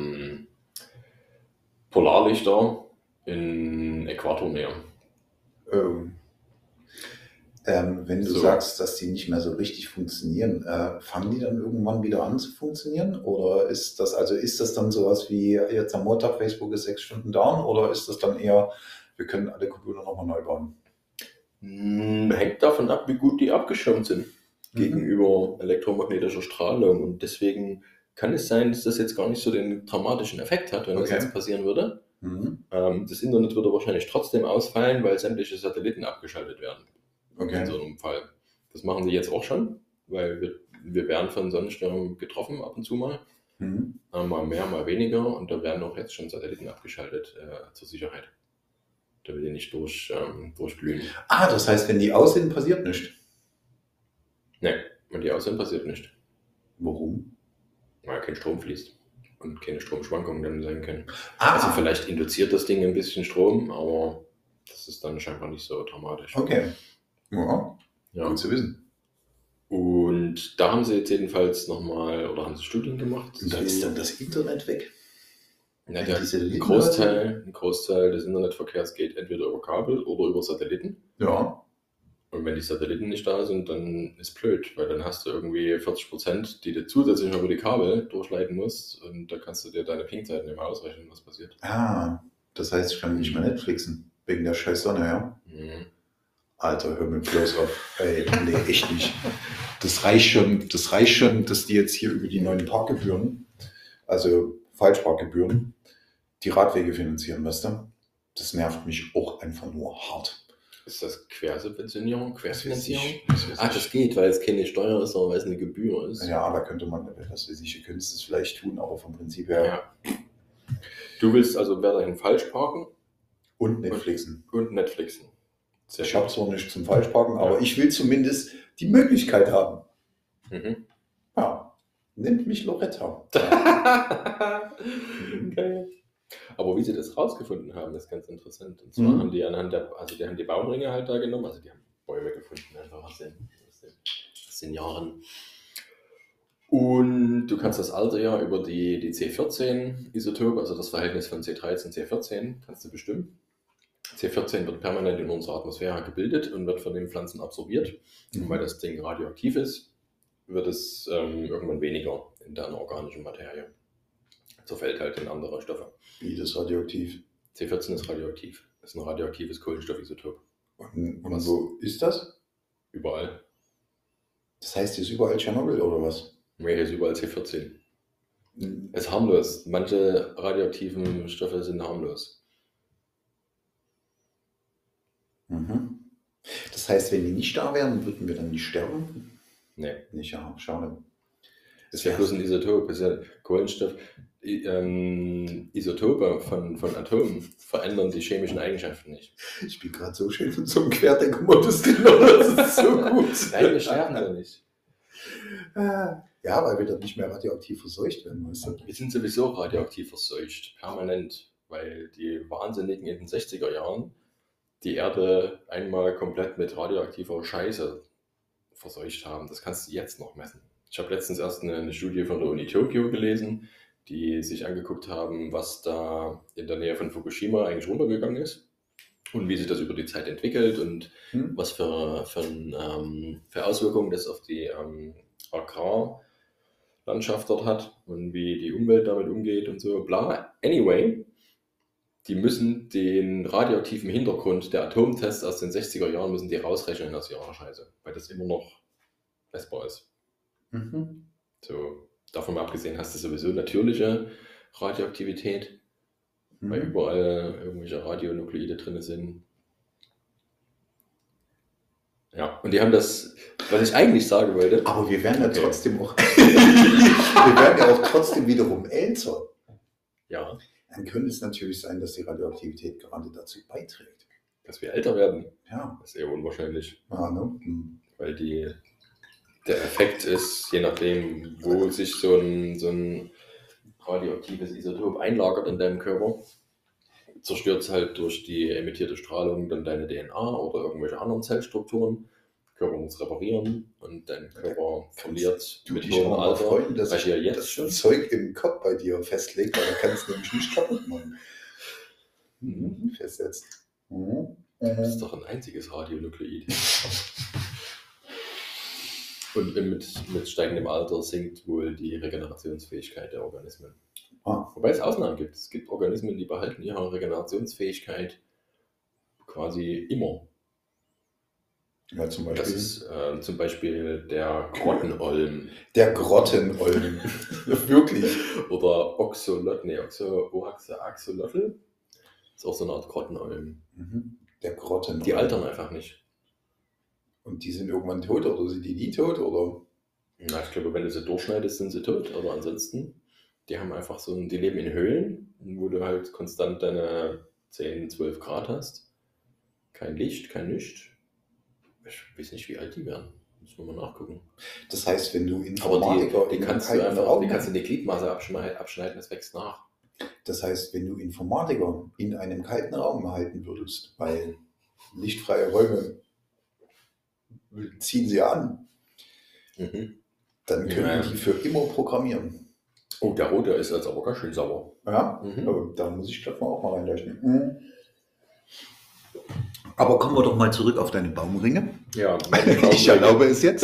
Polarlichter in Äquatornähe. Wenn du sagst, dass die nicht mehr so richtig funktionieren, fangen die dann irgendwann wieder an zu funktionieren? Oder ist das dann sowas wie jetzt am Montag, Facebook ist 6 Stunden down? Oder ist das dann eher, wir können alle Computer nochmal neu bauen? Hängt davon ab, wie gut die abgeschirmt sind gegenüber elektromagnetischer Strahlung. Und deswegen kann es sein, dass das jetzt gar nicht so den dramatischen Effekt hat, wenn das jetzt passieren würde. Das Internet würde wahrscheinlich trotzdem ausfallen, weil sämtliche Satelliten abgeschaltet werden. In so einem Fall. Das machen sie jetzt auch schon, weil wir werden von Sonnenstürmen getroffen ab und zu mal. Mal mehr, mal weniger. Und da werden auch jetzt schon Satelliten abgeschaltet zur Sicherheit. Damit die nicht durchglühen. Das heißt, wenn die aus sind, passiert nichts? Nein, wenn die aus sind, passiert nichts. Warum? Weil kein Strom fließt und keine Stromschwankungen dann sein können. Also vielleicht induziert das Ding ein bisschen Strom, aber das ist dann scheinbar nicht so dramatisch. Okay. Ja, gut zu wissen. Und da haben sie jetzt jedenfalls haben sie Studien gemacht. Und dann ist dann das Internet weg? Ja, ein Großteil des Internetverkehrs geht entweder über Kabel oder über Satelliten. Ja. Und wenn die Satelliten nicht da sind, dann ist blöd, weil dann hast du irgendwie 40%, die du zusätzlich noch über die Kabel durchleiten musst und da kannst du dir deine Ping-Zeiten nicht mehr ausrechnen, was passiert. Das heißt, ich kann nicht mehr Netflixen, wegen der scheiß Sonne, ja? Alter, hör mir bloß auf. Ey, nee, echt nicht. Das reicht schon, dass die jetzt hier über die neuen Parkgebühren, also Falschparkgebühren, die Radwege finanzieren, weißt du? Das nervt mich auch einfach nur hart. Ist das Quersubventionierung, Querfinanzierung? Das geht, weil es keine Steuer ist, sondern weil es eine Gebühr ist. Ja, da könnte man, was weiß ich, könnte es vielleicht tun, aber vom Prinzip her. Ja. Du willst also weiterhin falsch parken? Und Netflixen. Ich habe zwar nichts zum Falschparken, aber ich will zumindest die Möglichkeit haben. Ja, nennt mich Loretta. Okay. Aber wie sie das rausgefunden haben, ist ganz interessant. Und zwar haben die anhand die haben die Baumringe halt da genommen, also die haben Bäume gefunden, einfach aus den Jahren. Und du kannst das Alter ja über die C14-Isotop, also das Verhältnis von C13, C14, kannst du bestimmen. C14 wird permanent in unserer Atmosphäre gebildet und wird von den Pflanzen absorbiert. Und weil das Ding radioaktiv ist, wird es irgendwann weniger in deiner organischen Materie. Zerfällt halt in andere Stoffe. Wie das radioaktiv? C14 ist radioaktiv. Das ist ein radioaktives Kohlenstoffisotop. Und wo ist das? Überall. Das heißt, hier ist überall Tschernobyl oder was? Nee, hier ist überall C14. Ist harmlos. Manche radioaktiven Stoffe sind harmlos. Das heißt, wenn die nicht da wären, würden wir dann nicht sterben? Nee. Nicht, ja, schade. Das ist ja bloß ein Isotop. Das ist ja Kohlenstoff. Isotope von Atomen verändern die chemischen Eigenschaften nicht. Ich bin gerade so schön von so einem Querdenker-Modus genommen, das ist so gut. Nein, wir sterben ja nicht. Ja, weil wir dann nicht mehr radioaktiv verseucht werden, weißt du? Wir sind sowieso radioaktiv verseucht, permanent, weil die Wahnsinnigen in den 60er Jahren die Erde einmal komplett mit radioaktiver Scheiße verseucht haben. Das kannst du jetzt noch messen. Ich habe letztens erst eine Studie von der Uni Tokio gelesen, die sich angeguckt haben, was da in der Nähe von Fukushima eigentlich runtergegangen ist und wie sich das über die Zeit entwickelt und was für Auswirkungen das auf die Agrarlandschaft dort hat und wie die Umwelt damit umgeht und so, bla. Anyway, die müssen den radioaktiven Hintergrund der Atomtests aus den 60er Jahren müssen die rausrechnen aus ihrer Scheiße, weil das immer noch messbar ist. So, davon mal abgesehen hast du sowieso natürliche Radioaktivität, weil überall irgendwelche Radionukleide drin sind. Ja, und die haben das, was ich eigentlich sagen wollte. Aber wir werden ja trotzdem auch, wir werden ja auch trotzdem wiederum älter. Ja. Dann könnte es natürlich sein, dass die Radioaktivität gerade dazu beiträgt. Dass wir älter werden? Ja. Das ist eher unwahrscheinlich. Ah, ne? Weil der Effekt ist, je nachdem, wo sich so ein radioaktives Isotop einlagert in deinem Körper, zerstört es halt durch die emittierte Strahlung dann deine DNA oder irgendwelche anderen Zellstrukturen. Der Körper muss reparieren und dein Körper verliert mit hohem Alter. Freuen, dass ich jetzt das schon Zeug im Kopf bei dir festlegt, weil du kannst nämlich nicht kaputt machen. Festsetzt. Das ist doch ein einziges Radionukleid. Und mit steigendem Alter sinkt wohl die Regenerationsfähigkeit der Organismen. Wobei es Ausnahmen gibt. Es gibt Organismen, die behalten ihre Regenerationsfähigkeit quasi immer. Ja, zum Beispiel. Das ist zum Beispiel der Grottenolm. Der Grottenolm. Wirklich. Oder Axolotl. Ist auch so eine Art Grottenolm. Der Grottenolm. Die altern einfach nicht. Und die sind irgendwann tot oder sind die nie tot? Oder? Na, ich glaube, wenn du sie durchschneidest, sind sie tot. Aber ansonsten, die haben einfach die leben in Höhlen, wo du halt konstant deine 10, 12 Grad hast. Kein Licht, kein Nichts. Ich weiß nicht, wie alt die werden. Müssen wir mal nachgucken. Das heißt, wenn du Informatiker... Aber die kannst du in die Gliedmaße abschneiden, das wächst nach. Das heißt, wenn du Informatiker in einem kalten Raum halten würdest, weil lichtfreie Räume ziehen sie an, dann können die für immer programmieren. Oh, der rote ist jetzt aber ganz schön sauer. Ja, aber da muss ich gleich mal auch mal reinleuchten. Aber kommen wir doch mal zurück auf deine Baumringe. Ja, ich erlaube es jetzt.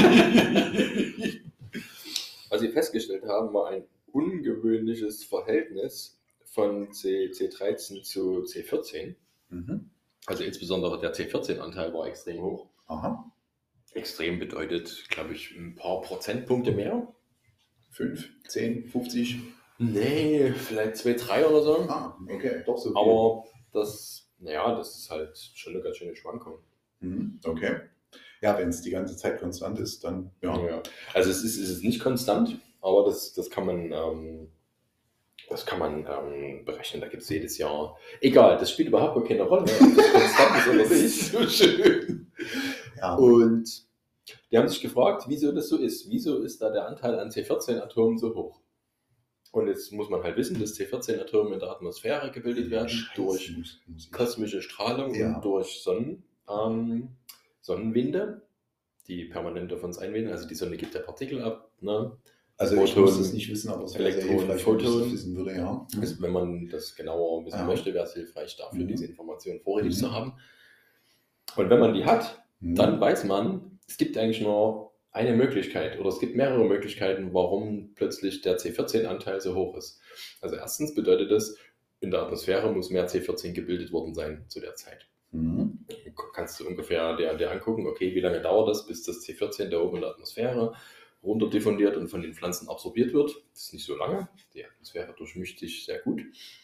Was sie festgestellt haben, war ein ungewöhnliches Verhältnis von C13 zu C14. Also insbesondere der C14-Anteil war extrem hoch. Aha. Extrem bedeutet, glaube ich, ein paar Prozentpunkte mehr. 5, 10, 50? Nee, vielleicht 2, 3 oder so. Ah, okay, doch so viel. Aber das ist halt schon eine ganz schöne Schwankung. Okay. Ja, wenn es die ganze Zeit konstant ist, dann ja. Also es ist nicht konstant, aber das kann man Das kann man berechnen, da gibt es jedes Jahr. Egal, das spielt überhaupt keine Rolle, ob das konstant ist oder nicht. So schön. Ja. Und die haben sich gefragt, wieso das so ist. Wieso ist da der Anteil an C14-Atomen so hoch? Und jetzt muss man halt wissen, dass C14-Atome in der Atmosphäre gebildet werden durch kosmische Strahlung und durch Sonnenwinde, die permanent auf uns einwirken. Also die Sonne gibt ja Partikel ab. Ne? Also ich muss das nicht wissen, aber es wäre sehr hilfreich, wenn ich das wissen würde, ja. Also wenn man das genauer wissen möchte, wäre es hilfreich dafür, diese Informationen vorrätig zu haben. Und wenn man die hat, dann weiß man, es gibt eigentlich nur eine Möglichkeit oder es gibt mehrere Möglichkeiten, warum plötzlich der C14-Anteil so hoch ist. Also erstens bedeutet das, in der Atmosphäre muss mehr C14 gebildet worden sein zu der Zeit. Kannst du ungefähr dir angucken, okay, wie lange dauert das, bis das C14 da oben in der Atmosphäre runterdiffundiert und von den Pflanzen absorbiert wird. Das ist nicht so lange. Die Atmosphäre durchmischt sich sehr gut.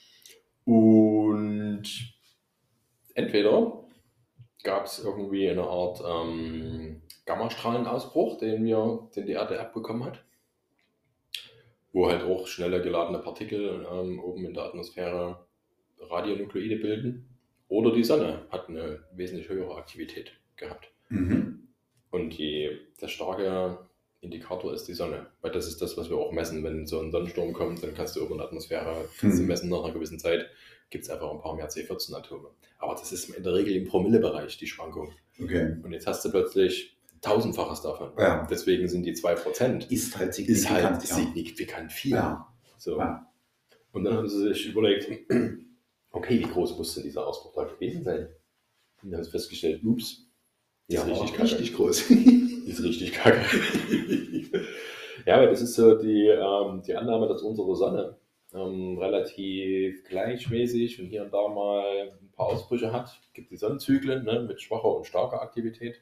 Und entweder gab es irgendwie eine Art Gammastrahlenausbruch, den die Erde abbekommen hat, wo halt auch schneller geladene Partikel oben in der Atmosphäre Radionukleide bilden. Oder die Sonne hat eine wesentlich höhere Aktivität gehabt. Und der starke Indikator ist die Sonne, weil das ist das, was wir auch messen. Wenn so ein Sonnensturm kommt, dann kannst du oben in der Atmosphäre messen, nach einer gewissen Zeit gibt es einfach ein paar mehr C14-Atome. Aber das ist in der Regel im Promillebereich, die Schwankung. Okay. Und jetzt hast du plötzlich 1000-faches davon. Ja. Deswegen sind die 2%. Ist halt signifikant viel. Ja. So. Ja. Und dann haben sie sich überlegt, okay, wie groß muss denn dieser Ausbruch da gewesen sein? Und dann haben sie festgestellt, ups, ja, richtig groß. Ist richtig kacke. Ja, aber das ist so die Annahme, dass unsere Sonne relativ gleichmäßig und hier und da mal ein paar Ausbrüche hat. Es gibt die Sonnenzyklen, ne, mit schwacher und starker Aktivität.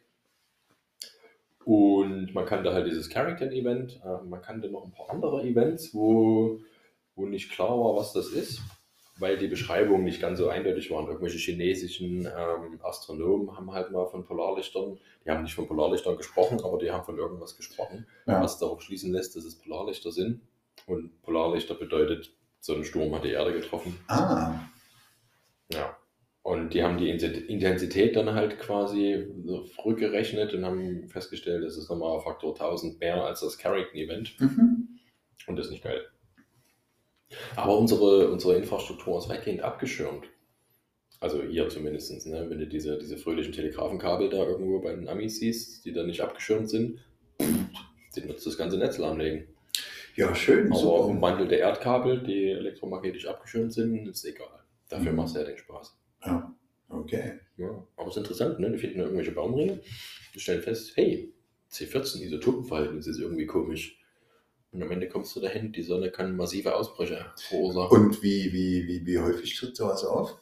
Und man kannte halt dieses Carrington-Event, man kannte noch ein paar andere Events, wo nicht klar war, was das ist, weil die Beschreibungen nicht ganz so eindeutig waren. Irgendwelche chinesischen Astronomen haben halt mal von Polarlichtern, die haben nicht von Polarlichtern gesprochen, aber die haben von irgendwas gesprochen, was darauf schließen lässt, dass es Polarlichter sind. Und Polarlichter bedeutet, so ein Sturm hat die Erde getroffen. Ah. Ja. Und die haben die Intensität dann halt quasi rückgerechnet und haben festgestellt, das ist nochmal Faktor 1000 mehr als das Carrington-Event. Und das ist nicht geil. Aber unsere Infrastruktur ist weitgehend abgeschirmt. Also hier zumindest, ne? Wenn du diese fröhlichen Telegrafenkabel da irgendwo bei den Amis siehst, die da nicht abgeschirmt sind, den wird das ganze Netz lahmlegen. Ja, schön. Aber umwandelte Erdkabel, die elektromagnetisch abgeschirmt sind, ist egal. Dafür macht es ja den Spaß. Ja, okay. Ja, aber es ist interessant, ne? Die finden da irgendwelche Baumringe, die stellen fest, hey, C14-Isotopenverhalten, das ist irgendwie komisch. Und am Ende kommst du dahin, die Sonne kann massive Ausbrüche verursachen. Und wie häufig tritt sowas auf?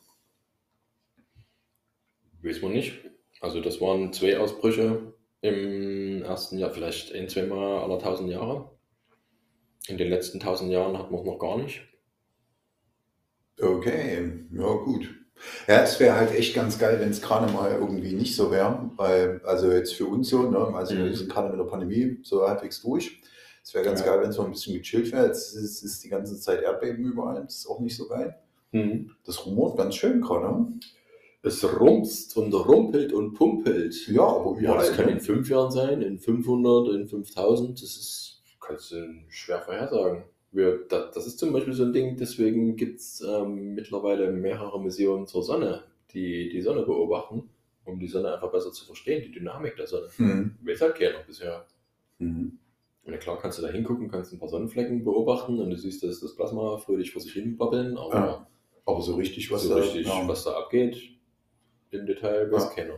Weiß man nicht. Also das waren 2 Ausbrüche im ersten Jahr, vielleicht 1-2 Mal alle 1000 Jahre. In den letzten 1000 Jahren hat man es noch gar nicht. Okay, ja gut. Ja, es wäre halt echt ganz geil, wenn es gerade mal irgendwie nicht so wäre, weil, also jetzt für uns so, ne, also wir sind gerade mit der Pandemie so halbwegs durch. Es wäre ganz geil, wenn es mal ein bisschen gechillt wäre. Jetzt ist die ganze Zeit Erdbeben überall, das ist auch nicht so geil. Das rumort ganz schön gerade. Es rumst und rumpelt und pumpelt. Ja, aber ja, das kann in 5 Jahren sein, in 500, in 5000, kannst du schwer vorhersagen. Das ist zum Beispiel so ein Ding, deswegen gibt es mittlerweile mehrere Missionen zur Sonne, die Sonne beobachten, um die Sonne einfach besser zu verstehen, die Dynamik der Sonne. Weiß halt keiner bisher. Und klar kannst du da hingucken, kannst ein paar Sonnenflecken beobachten und du siehst, dass das Plasma fröhlich vor sich hin babbeln, aber so richtig, was da abgeht, im Detail weiß keiner.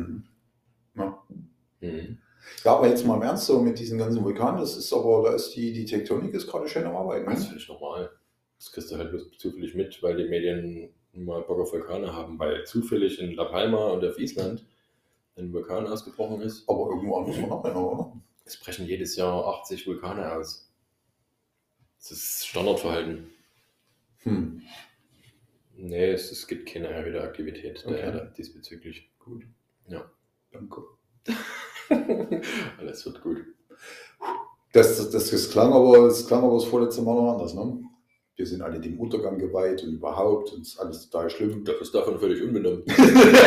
Ja, aber jetzt mal im Ernst, so mit diesen ganzen Vulkanen, da ist die Tektonik ist gerade schön am Arbeiten. Das ist völlig normal. Das kriegst du halt bloß zufällig mit, weil die Medien mal Bock auf Vulkane haben, weil zufällig in La Palma und auf Island ein Vulkan ausgebrochen ist. Aber irgendwo anders noch einer, oder? Es brechen jedes Jahr 80 Vulkane aus. Das ist Standardverhalten. Nee, es gibt keine erhöhte Aktivität der Erde diesbezüglich. Gut. Ja. Danke. Alles wird gut. Das klang aber das vorletzte Mal noch anders, ne? wir sind alle dem Untergang geweiht und überhaupt und ist alles total schlimm. Das ist davon völlig unbenommen. Geil.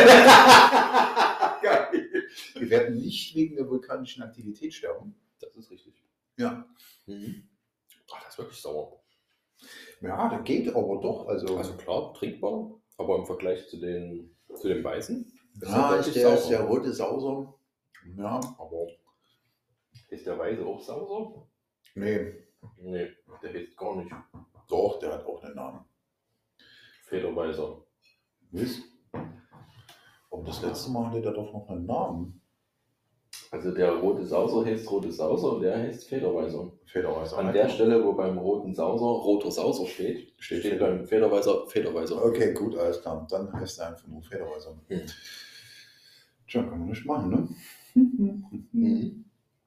Wir werden nicht wegen der vulkanischen Aktivität sterben. Das ist richtig. Ja. Ach, das ist wirklich sauer. Ja, das geht aber doch. Also klar, trinkbar, aber im Vergleich zu den Weißen ja, ist ist der der rote Sauser. Ja. Aber ist der Weiße auch sauer? Nee, Der heißt gar nicht. doch, der hat auch einen Namen. Federweißer. Was? Aber das letzte Mal hatte der doch noch einen Namen. Also der rote Sauser heißt rote Sauser und der heißt Federweißer. Federweißer. An der Stelle, wo beim roten Sauser roter Sauser steht beim Federweißer Federweißer. Okay, gut, alles klar. Dann heißt er einfach nur Federweißer. Tja, kann man nicht machen, ne?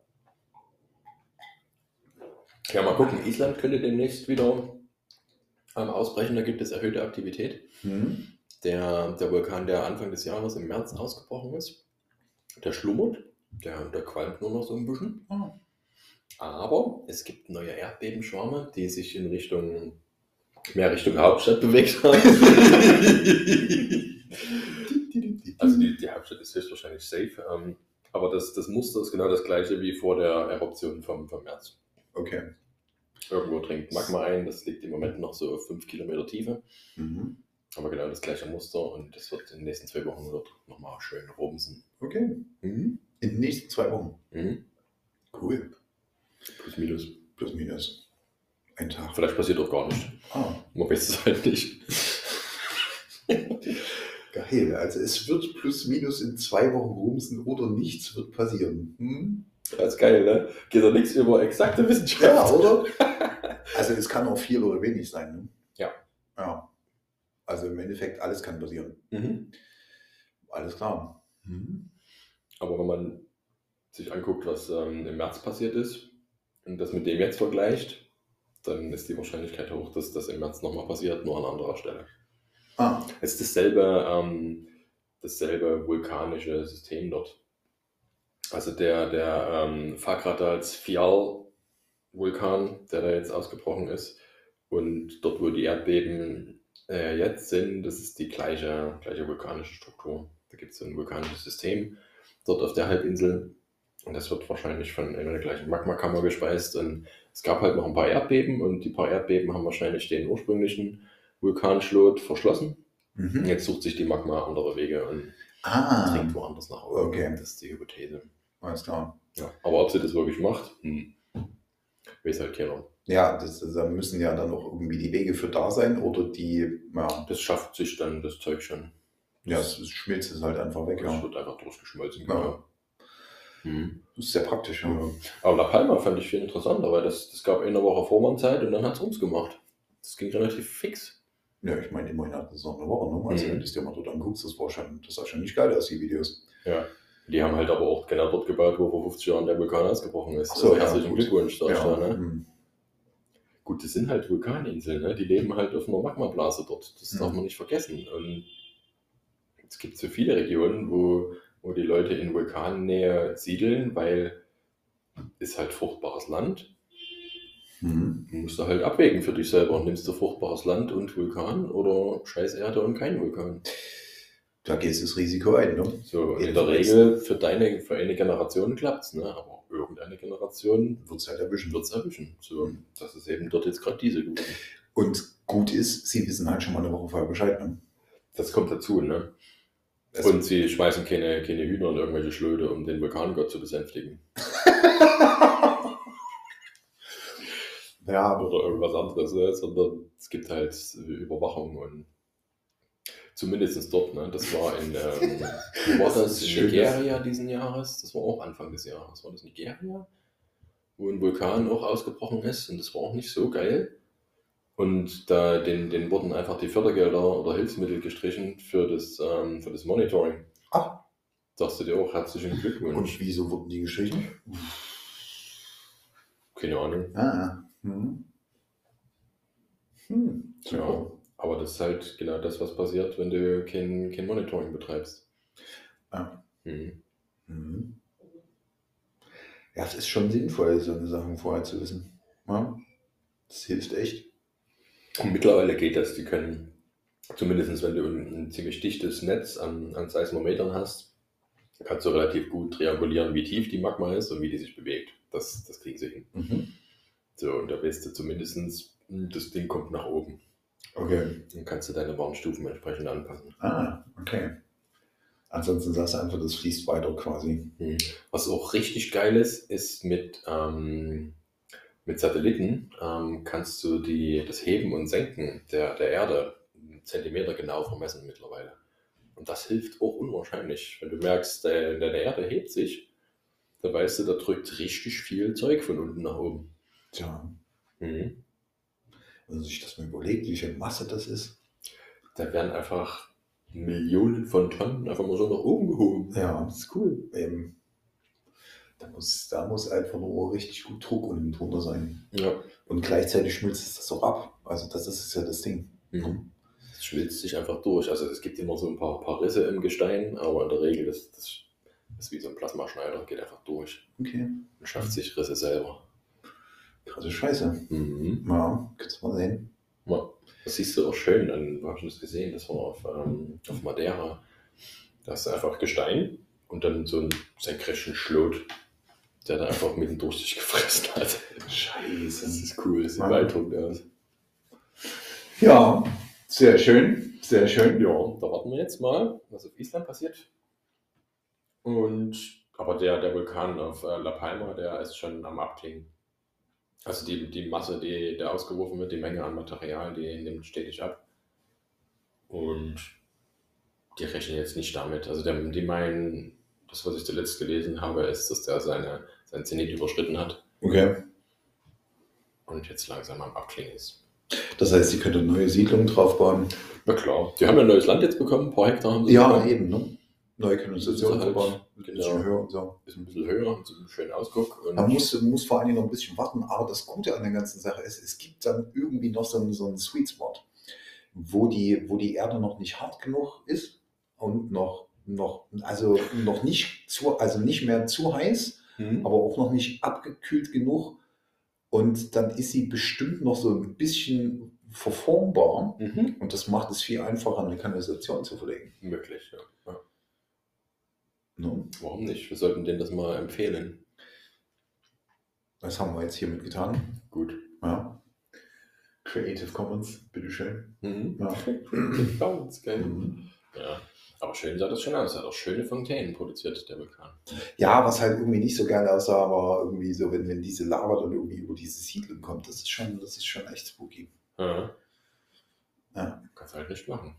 Ja, mal gucken. Island könnte demnächst wieder ausbrechen. Da gibt es erhöhte Aktivität. Der Vulkan, der Anfang des Jahres im März ausgebrochen ist, der schlummert. Der qualmt nur noch so ein bisschen. Aber es gibt neue Erdbebenschwärme, die sich mehr Richtung Hauptstadt bewegt haben. Also die Hauptstadt ist höchstwahrscheinlich safe. Aber das Muster ist genau das gleiche wie vor der Eruption vom März. Okay. Irgendwo dringt Magma ein, das liegt im Moment noch so auf 5 Kilometer Tiefe. Aber genau das gleiche Muster und das wird in den nächsten 2 Wochen nochmal schön rumsen. Okay. In den nächsten 2 Wochen. Cool. Plus minus. Plus minus. Ein Tag. Vielleicht passiert auch gar nichts. Man weiß es halt nicht. Geil. Also es wird plus minus in 2 Wochen rumsen oder nichts wird passieren. Das ist geil, ne? Geht doch nichts über exakte Wissenschaft. Ja, oder? Also es kann auch viel oder wenig sein. Ne? Ja. Also im Endeffekt alles kann passieren. Alles klar. Aber wenn man sich anguckt, was im März passiert ist und das mit dem jetzt vergleicht, dann ist die Wahrscheinlichkeit hoch, dass das im März nochmal passiert, nur an anderer Stelle. Es ist dasselbe vulkanische System dort. Also der Fakratals Fjall-Vulkan, der da jetzt ausgebrochen ist, und dort, wo die Erdbeben jetzt sind, das ist die gleiche vulkanische Struktur. Da gibt es ein vulkanisches System dort auf der Halbinsel und das wird wahrscheinlich von einer der gleichen Magmakammer gespeist. Und es gab halt noch ein paar Erdbeben und die paar Erdbeben haben wahrscheinlich den ursprünglichen Vulkanschlot verschlossen. Jetzt sucht sich die Magma andere Wege und dringt woanders nach oben. Okay. Das ist die Hypothese. Alles klar. Ja. Aber ob sie das wirklich macht, weiß halt keiner. Ja, da müssen ja dann auch irgendwie die Wege für da sein oder die, ja. Das schafft sich dann das Zeug schon. Ja, es schmilzt es halt einfach weg. Das wird einfach durchgeschmolzen. Ja. Das ist sehr praktisch. Ja. Aber La Palma fand ich viel interessanter, weil das gab eine Woche Vormannzeit und dann hat es uns gemacht. Das ging relativ fix. Ja, ich meine, immerhin hat es noch eine Woche. Ne? Also wenn du es dir mal dort anguckst, das sah schon nicht geil aus, die Videos. Ja. Die haben halt aber auch genau dort gebaut, wo vor 50 Jahren der Vulkan ausgebrochen ist. So, herzlichen Glückwunsch. Ne? Gut, das sind halt Vulkaninseln, ne? Die leben halt auf einer Magmablase dort. Das darf man nicht vergessen. Und es gibt so viele Regionen, wo die Leute in Vulkannähe siedeln, weil ist halt fruchtbares Land. Du musst da halt abwägen für dich selber. Nimmst du fruchtbares Land und Vulkan oder Scheißerde und kein Vulkan? Da gehst du das Risiko ein, ne? So, in der Regel für eine Generation klappt es, ne? Aber irgendeine Generation wird es halt erwischen. So, das ist eben dort jetzt gerade diese geworden. Und gut ist, sie wissen halt schon mal eine Woche vorher Bescheid, ne? Das kommt dazu, ne? Und sie schmeißen keine Hühner in irgendwelche Schlöte, um den Vulkangott zu besänftigen. Ja, oder irgendwas anderes, ne? Sondern es gibt halt Überwachung und zumindest dort, ne? Das war in Nigeria diesen Jahres, das war auch Anfang des Jahres, war das Nigeria, wo ein Vulkan auch ausgebrochen ist und das war auch nicht so geil. Und da den wurden einfach die Fördergelder oder Hilfsmittel gestrichen für das Monitoring. Sagst du dir auch herzlichen Glückwunsch. Und wieso wurden die gestrichen? Keine Ahnung. Ja, aber das ist halt genau das, was passiert, wenn du kein Monitoring betreibst. Ja, es ist schon sinnvoll, so eine Sache vorher zu wissen. Ja, das hilft echt. Und mittlerweile geht das. Die können, zumindest wenn du ein ziemlich dichtes Netz an Seismometern hast, kannst du relativ gut triangulieren, wie tief die Magma ist und wie die sich bewegt. Das kriegen sie hin. Mhm. So, und da weißt du zumindest, das Ding kommt nach oben. Okay. Dann kannst du deine Warnstufen entsprechend anpassen. Ah, okay. Ansonsten sagst du einfach, das fließt weiter quasi. Was auch richtig geil ist mit Satelliten kannst du das Heben und Senken der Erde Zentimeter genau vermessen mittlerweile. Und das hilft auch unwahrscheinlich. Wenn du merkst, deine Erde hebt sich, da weißt du, da drückt richtig viel Zeug von unten nach oben. Tja. Mhm. Wenn man sich das mal überlegt, wie viel Masse das ist. Da werden einfach Millionen von Tonnen einfach mal so nach oben gehoben. Ja. Das ist cool. Da muss einfach nur richtig gut Druck unten drunter sein. Ja. Und gleichzeitig schmilzt es das auch ab. Also das ist ja das Ding. Mhm. Es schmilzt sich einfach durch. Also es gibt immer so ein paar Risse im Gestein, aber in der Regel das ist wie so ein Plasmaschneider, geht einfach durch. Okay. Und schafft sich Risse selber. Krasse Scheiße. Mhm. Ja, kannst du mal sehen. Ja, das siehst du auch schön, wo hast du das gesehen? Das war auf Madeira. Da ist einfach Gestein und dann so ein senkrechten Schlot, der da einfach mitten durch sich gefressen hat. Scheiße. Das ist cool, das sieht beeindruckend aus. Ja, sehr schön, sehr schön. Ja, da warten wir jetzt mal, was auf Island passiert. Aber der Vulkan auf La Palma, der ist schon am Abklingen. Also die Masse, die da ausgeworfen wird, die Menge an Material, die nimmt stetig ab. Und die rechnen jetzt nicht damit. Also die meinen, das, was ich zuletzt gelesen habe, ist, dass der sein Zenit überschritten hat. Okay. Und jetzt langsam am Abklingen ist. Das heißt, sie könnten neue Siedlungen draufbauen. Na klar. Die haben ja ein neues Land jetzt bekommen, ein paar Hektar haben sie. Ja, bekommen. eben, ne? Neue Kanalisationen halt, bauen. Ein bisschen höher und so. Ist ein bisschen höher, hat so einen schönen Ausguck. Und Man muss vor allen Dingen noch ein bisschen warten, aber das Gute an der ganzen Sache ist, es gibt dann irgendwie noch so einen Sweet Spot, wo die Erde noch nicht hart genug ist und noch nicht mehr zu heiß, aber auch noch nicht abgekühlt genug. Und dann ist sie bestimmt noch so ein bisschen verformbar. Und das macht es viel einfacher, eine Kanalisation zu verlegen. Möglich, ja. No? Warum nicht? Wir sollten denen das mal empfehlen. Das haben wir jetzt hiermit getan. Gut. Ja. Creative Commons, bitteschön. Ja. Creative Commons, geil. Ja. Aber schön sah das schon aus. Er hat auch schöne Fontänen produziert, der Vulkan. Ja, was halt irgendwie nicht so geil aussah, war irgendwie so, wenn diese Lava dann irgendwie über diese Siedlung kommt. Das ist schon echt spooky. Ja. Ja. Kannst halt nicht machen.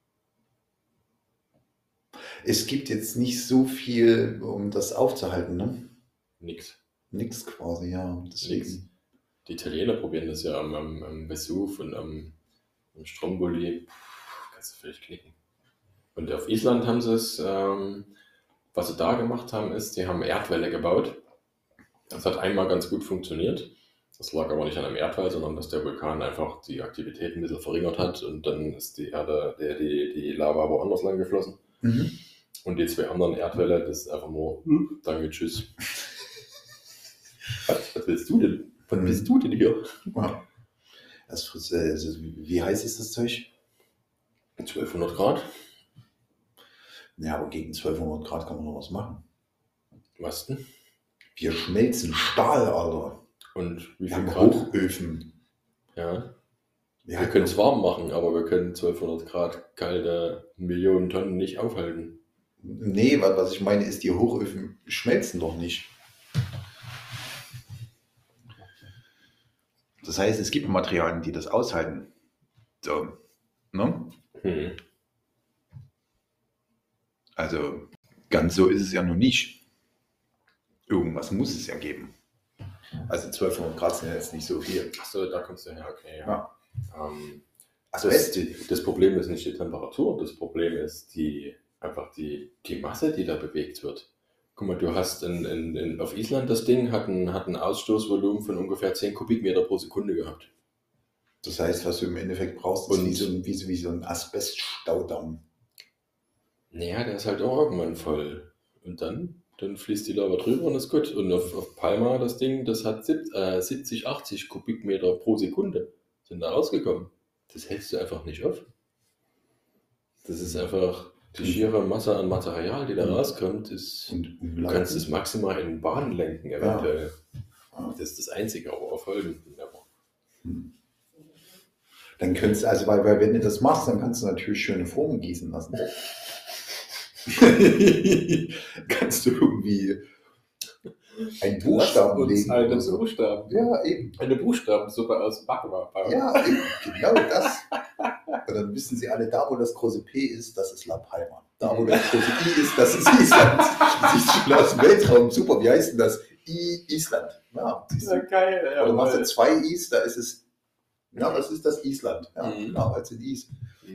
Es gibt jetzt nicht so viel, um das aufzuhalten, ne? Nix quasi, ja. Deswegen. Nix. Die Italiener probieren das ja am Vesuv und am Stromboli. Kannst du völlig knicken. Und auf Island haben sie es, was sie da gemacht haben, ist, die haben Erdwälle gebaut. Das hat einmal ganz gut funktioniert. Das lag aber nicht an einem Erdwall, sondern dass der Vulkan einfach die Aktivität ein bisschen verringert hat und dann ist die Lava woanders lang geflossen. Und die zwei anderen Erdwälle, das ist einfach nur danke, tschüss. Was willst du denn? Was bist du denn hier? Ja. Wie heiß ist das Zeug? 1200 Grad. Ja, aber gegen 1200 Grad kann man noch was machen. Was denn? Wir schmelzen Stahl, Alter. Und wie Wir viel haben Grad? Hochöfen. Ja. Ja, Wir können es warm machen, aber wir können 1200 Grad kalte Millionen Tonnen nicht aufhalten. Nee, was ich meine ist, die Hochöfen schmelzen doch nicht. Das heißt, es gibt Materialien, die das aushalten. So, ne? Also, ganz so ist es ja noch nicht. Irgendwas muss es ja geben. Also 1200 Grad sind ja jetzt nicht so viel. Achso, da kommst du her, okay. Ja. Also das Problem ist nicht die Temperatur, das Problem ist einfach die Masse, die da bewegt wird. Guck mal, du hast auf Island das Ding hat ein Ausstoßvolumen von ungefähr 10 Kubikmeter pro Sekunde gehabt. Das heißt, was du im Endeffekt brauchst, ist wie so ein Asbeststaudamm. Naja, der ist halt auch irgendwann voll. Und dann fließt die Lava drüber und ist gut. Und auf Palma das Ding, das hat 70, 80 Kubikmeter pro Sekunde sind da rausgekommen. das hältst du einfach nicht auf. Das ist einfach die schiere Masse an Material, die da rauskommt, ist, du kannst es maximal in Bahn lenken, eventuell. Ja. Das ist das Einzige, aber aufhalten. Dann könntest du, also weil wenn du das machst, dann kannst du natürlich schöne Formen gießen lassen. Kannst du irgendwie einen Buchstaben legen. Einen Buchstaben. Ja, eben. Eine Buchstabensuppe aus Magma. Ja, eben. Genau das. Und dann wissen sie alle, da wo das große P ist, das ist La Palma. Da wo das große I ist, das ist Island. Siehst du schon aus dem Weltraum. Super, wie heißt denn das? Island. Ja, siehst du. Ja, geil. Ja, oder machst du 2 Is, da ist es. Ja, was ist das? Island. Ja, genau, als in Is.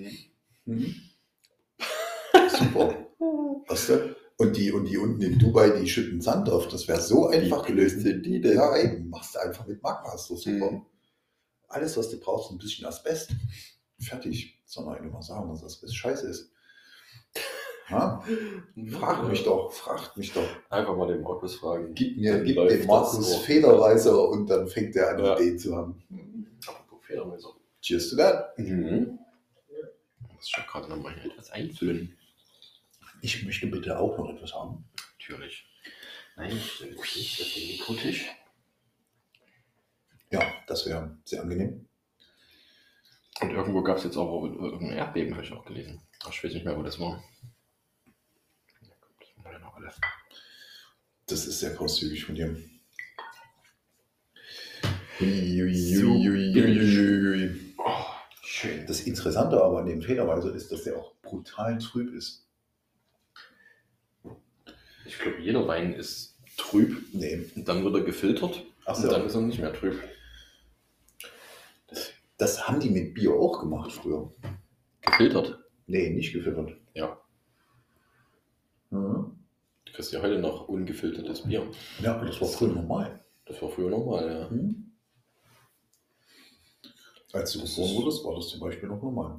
Super. Weißt du? Und die unten in Dubai, die schütten Sand auf. Das wäre so einfach gelöst. Sind die denn? Ja, eben. Machst du einfach mit Magma. Ist doch super. Alles, was du brauchst, ein bisschen Asbest. Fertig. Soll man immer sagen, dass Asbest scheiße ist. Ja? Fragt mich doch. Einfach mal den Markus fragen. Gib dem Markus Federweiser und dann fängt er an, Ideen zu haben. Apropos Federweiser. Cheers to that. Ich muss schon gerade noch mal etwas einfüllen. Ich möchte bitte auch noch etwas haben. Natürlich. Nein, ich stelle es nicht auf den Mikrotisch. Ja, das wäre sehr angenehm. Und irgendwo gab es jetzt auch irgendein Erdbeben, habe ich auch gelesen. Ich weiß nicht mehr, wo das war. Das war ja noch alles. Das ist sehr großzügig von dir. Oh, schön. Das Interessante aber an dem Federweiser ist, dass der auch brutal trüb ist. Ich glaube, jeder Wein ist trüb. Nee. Und dann wird er gefiltert. Ach so. Und dann ist er nicht mehr trüb. Das haben die mit Bier auch gemacht früher. Gefiltert? Nee, nicht gefiltert. Ja. Du kriegst ja heute noch ungefiltertes Bier. Ja, aber das war früher normal. Das war früher normal, ja. Als du geboren wurdest, war das zum Beispiel noch normal.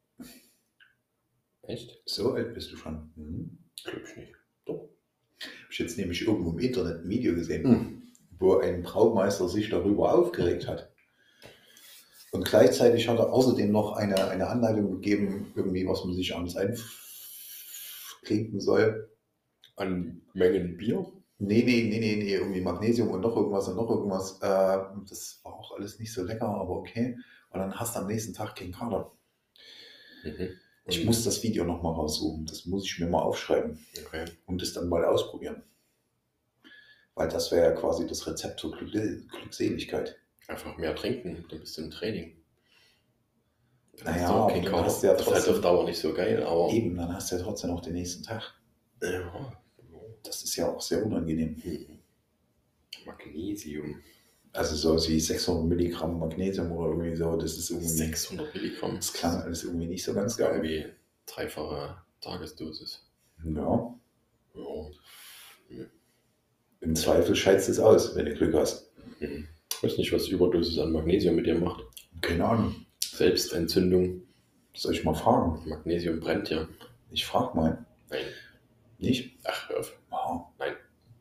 Echt? So alt bist du schon. Glaube ich nicht. Doch. Habe ich jetzt nämlich irgendwo im Internet ein Video gesehen, wo ein Braumeister sich darüber aufgeregt hat. Und gleichzeitig hat er außerdem noch eine Anleitung gegeben, irgendwie, was man sich abends einklinken soll. An Mengen Bier? Nee, irgendwie Magnesium und noch irgendwas. Das war auch alles nicht so lecker, aber okay. Und dann hast du am nächsten Tag keinen Kater. Ich muss das Video nochmal raussuchen. Das muss ich mir mal aufschreiben. Okay. Und das dann mal ausprobieren. Weil das wäre ja quasi das Rezept zur Glückseligkeit. Einfach mehr trinken, dann bist du im Training. Naja, aber dann hast du ja trotzdem... Das ist halt auf Dauer nicht so geil, aber... Eben, dann hast du ja trotzdem noch den nächsten Tag. Ja. Das ist ja auch sehr unangenehm. Magnesium. Also so wie 600 Milligramm Magnesium oder irgendwie so, das ist irgendwie... 600 Milligramm? Das klang alles irgendwie nicht so ganz geil. Irgendwie 3-fache Tagesdosis. Ja. Ja. Im Zweifel scheidest es aus, wenn du Glück hast. Ich weiß nicht, was Überdosis an Magnesium mit dir macht. Keine Ahnung. Selbstentzündung. Soll ich mal fragen? Magnesium brennt ja. Ich frag mal. Nein. Nicht? Ach, hör auf. Oh. Nein.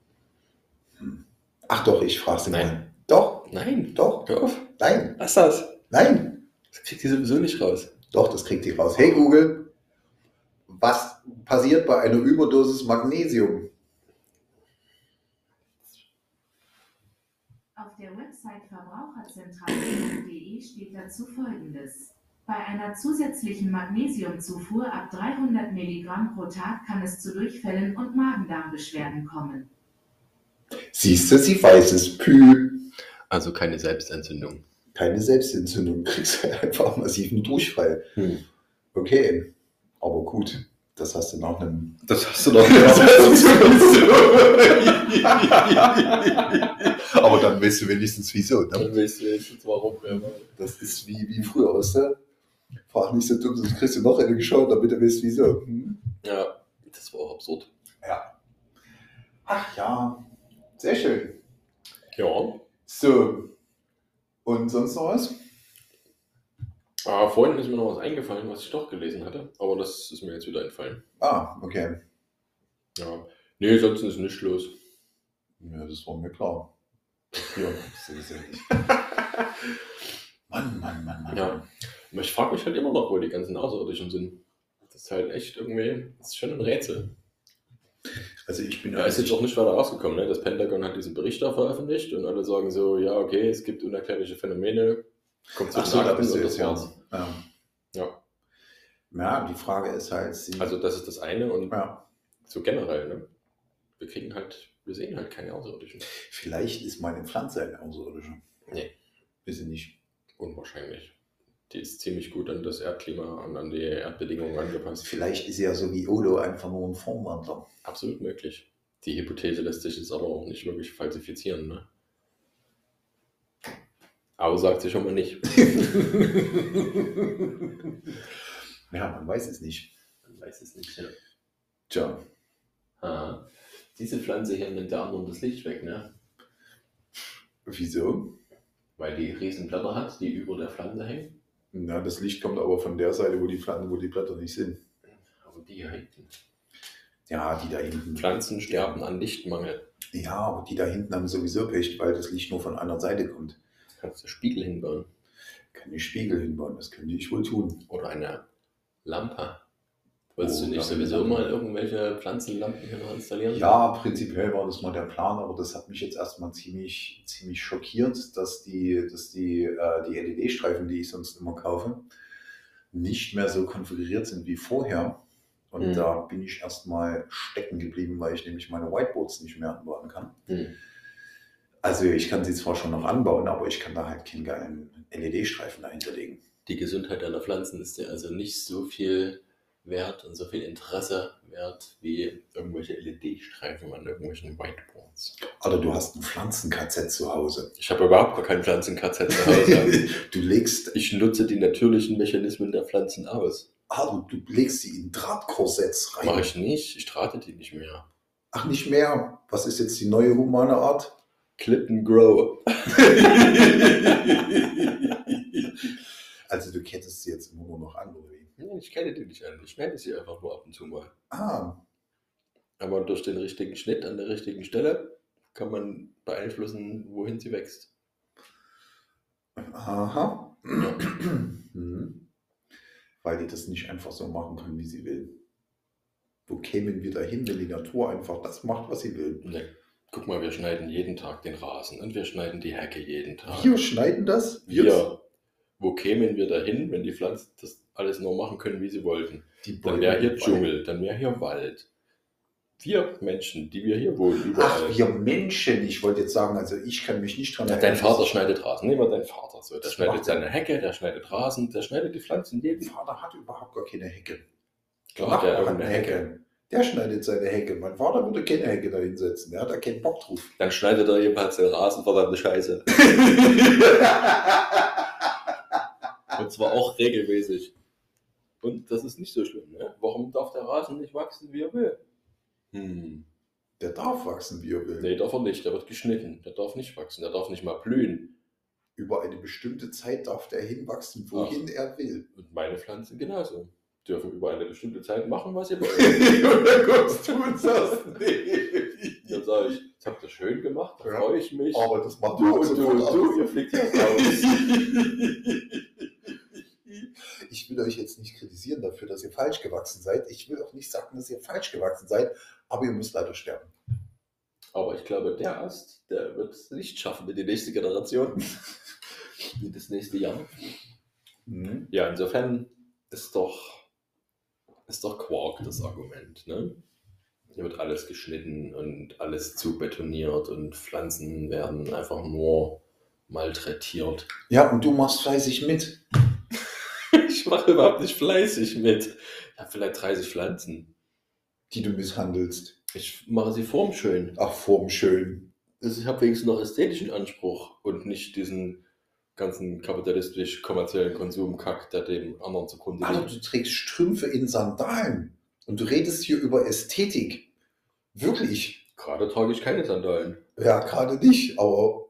Ach doch, ich frage sie Nein. mal. Doch. Nein. Doch. Hör auf. Nein. Was ist das? Nein. Das kriegt die sowieso nicht raus. Doch, das kriegt die raus. Hey Google, was passiert bei einer Überdosis Magnesium? Auf der Website verbraucherzentrale.de steht dazu Folgendes. Bei einer zusätzlichen Magnesiumzufuhr ab 300 Milligramm pro Tag kann es zu Durchfällen und Magen-Darm-Beschwerden kommen. Siehst du, sie weiß es. Pü. Also keine Selbstentzündung. Keine Selbstentzündung, du kriegst halt einfach massiven Durchfall. Okay, aber gut, das hast du nach einem... Das hast du doch Aber dann weißt du wenigstens wieso. Ne? Dann weißt du wenigstens warum. Das ist wie früher, weißt du? Frag nicht so dumm, sonst kriegst du noch eine geschaut, damit du weißt wieso. Ja, das war auch absurd. Ja. Ach ja, sehr schön. Ja. So, und sonst noch was? Vorhin ist mir noch was eingefallen, was ich doch gelesen hatte, aber das ist mir jetzt wieder entfallen. Ah, okay. Ja. Nee, sonst ist nichts los. Ja, das war mir klar. Ja, sowieso nicht. Mann. Ja. Aber ich frage mich halt immer noch, wo die ganzen Außerirdischen sind. Das ist halt echt irgendwie, das ist schon ein Rätsel. Also ich bin Ja, ist jetzt auch nicht weiter rausgekommen. Ne? Das Pentagon hat diesen Bericht da veröffentlicht und alle sagen so, ja, okay, es gibt unerklärliche Phänomene. Kommt zu Ach so, da Akten bist du und jetzt, das war's. ja. Ja, Ja, die Frage ist halt, also das ist das eine und ja, so generell, ne? Wir sehen halt keine Außerirdischen. vielleicht ist meine Pflanze eine Außerirdische. Nee. Ist sie nicht. Unwahrscheinlich. Die ist ziemlich gut an das Erdklima und an die Erdbedingungen angepasst. Vielleicht ist sie ja so wie Odo einfach nur ein Formwandler. Absolut möglich. Die Hypothese lässt sich jetzt aber auch nicht wirklich falsifizieren, ne? Aber sagt sie schon mal nicht. Ja, man weiß es nicht. Man weiß es nicht, ja. Tja, Ah, diese Pflanze hier nimmt der anderen das Licht weg, ne? wieso? Weil die riesen Blätter hat, die über der Pflanze hängen. Na, das Licht kommt aber von der Seite, wo die Blätter nicht sind. Aber die hier hinten. Ja, die da hinten. Pflanzen sterben an Lichtmangel. Ja, aber die da hinten haben sowieso Pech, weil das Licht nur von einer Seite kommt. Kannst du Spiegel hinbauen. Kann ich Spiegel hinbauen, das könnte ich wohl tun. Oder eine Lampe. Wolltest du nicht Oder sowieso eine Lampe. mal irgendwelche Pflanzenlampen hier noch installieren? Ja, prinzipiell war das mal der Plan, aber das hat mich jetzt erstmal ziemlich schockiert, dass die LED-Streifen, die ich sonst immer kaufe, nicht mehr so konfiguriert sind wie vorher. Und da bin ich erstmal stecken geblieben, weil ich nämlich meine Whiteboards nicht mehr anbauen kann. Also ich kann sie zwar schon noch anbauen, aber ich kann da halt keinen geilen LED-Streifen dahinter legen. Die Gesundheit deiner Pflanzen ist dir also nicht so viel wert und so viel Interesse wert wie irgendwelche LED-Streifen an irgendwelchen Whiteboards. Oder du hast ein Pflanzen-KZ zu Hause. Ich habe überhaupt gar kein Pflanzen-KZ zu Hause. Du legst, Ich nutze die natürlichen Mechanismen der Pflanzen aus. du legst sie in Drahtkorsetts Mache rein. ich nicht, ich trate die nicht mehr. Ach, nicht mehr. Was ist jetzt die neue humane Art? Clip and Grow. Also du kettest sie jetzt immer nur noch an, oder wie? Nee, ich kenne die nicht an, ich schneide sie einfach nur ab und zu mal. Ah, Aber durch den richtigen Schnitt an der richtigen Stelle kann man beeinflussen, wohin sie wächst. aha. Hm. Weil die das nicht einfach so machen kann, wie sie will. Wo kämen wir dahin, wenn die Natur einfach das macht, was sie will? Ne, guck mal, wir schneiden jeden Tag den Rasen und wir schneiden die Hecke jeden Tag. Wir schneiden das? Wir. Wo kämen wir dahin, wenn die Pflanzen das alles nur machen können, wie sie wollten? Die Dann wäre hier Dschungel, dann wäre hier Wald. Wir Menschen, die wir hier wohnen, überall. Ach, wir Menschen. Ich wollte jetzt sagen, also ich kann mich nicht dran Ja, dein Vater schneidet Rasen. Nehmen wir deinen Vater. So, der Das schneidet macht seine Hecke, der schneidet Rasen, der schneidet die Pflanzen Mein jeden Tag. Vater hat überhaupt gar keine Hecke. Klar, der hat hat irgendeine Hecke. Der schneidet seine Hecke. Mein Vater würde keine Hecke da hinsetzen. Der hat da keinen Bock drauf. Dann schneidet er jedenfalls den Rasen, verdammte Scheiße. Und zwar auch regelmäßig. Und das ist nicht so schlimm, ne? Warum darf der Rasen nicht wachsen, wie er will? Der darf wachsen, wie er will. Nee, darf er nicht. Der wird geschnitten. Der darf nicht wachsen. Der darf nicht mal blühen. Über eine bestimmte Zeit darf der hinwachsen, wohin er will. Und meine Pflanzen genauso. Dürfen über eine bestimmte Zeit machen, was sie wollen. Und dann kommst du und sagst, nee. Dann sage ich, das habt ihr schön gemacht, da Ja. freue ich mich. Aber das macht Du auch und sofort du, aus. ihr fliegt jetzt raus. Ich will euch jetzt nicht kritisieren dafür, dass ihr falsch gewachsen seid. Ich will auch nicht sagen, dass ihr falsch gewachsen seid, aber ihr müsst leider sterben. Aber ich glaube, der Ast, der wird es nicht schaffen in die nächste Generation. In das nächste Jahr. Mhm. Ja, insofern ist doch Quark das Argument. Ne? Hier wird alles geschnitten und alles zubetoniert und Pflanzen werden einfach nur malträtiert. Ja, und du machst fleißig mit. Ich mache überhaupt nicht fleißig mit. Ich habe vielleicht 30 Pflanzen. Die du misshandelst. Ich mache sie formschön. Ach, formschön. Also ich habe wenigstens noch ästhetischen Anspruch und nicht diesen ganzen kapitalistisch-kommerziellen Konsumkack, der dem anderen zugrunde Alter, liegt. du trägst Strümpfe in Sandalen. Und du redest hier über Ästhetik. Wirklich. Gerade trage ich keine Sandalen. Ja, gerade nicht, aber.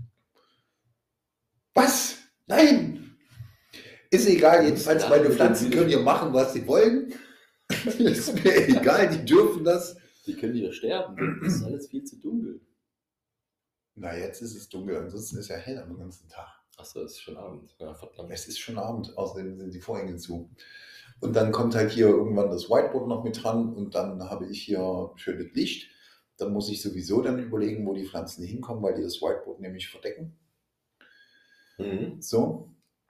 Was? Nein! Ist egal, jedenfalls meine Pflanzen können hier machen, was sie wollen. Ist mir egal, die dürfen das. Die können hier sterben. Das ist alles viel zu dunkel. Na, jetzt ist es dunkel, ansonsten ist ja hell am ganzen Tag. Achso, es ist schon Abend. Ja, verdammt. Es ist schon Abend, außerdem sind die Vorhänge zu. Und dann kommt halt hier irgendwann das Whiteboard noch mit dran und dann habe ich hier schönes Licht. Dann muss ich sowieso dann überlegen, wo die Pflanzen hinkommen, weil die das Whiteboard nämlich verdecken. Mhm. So.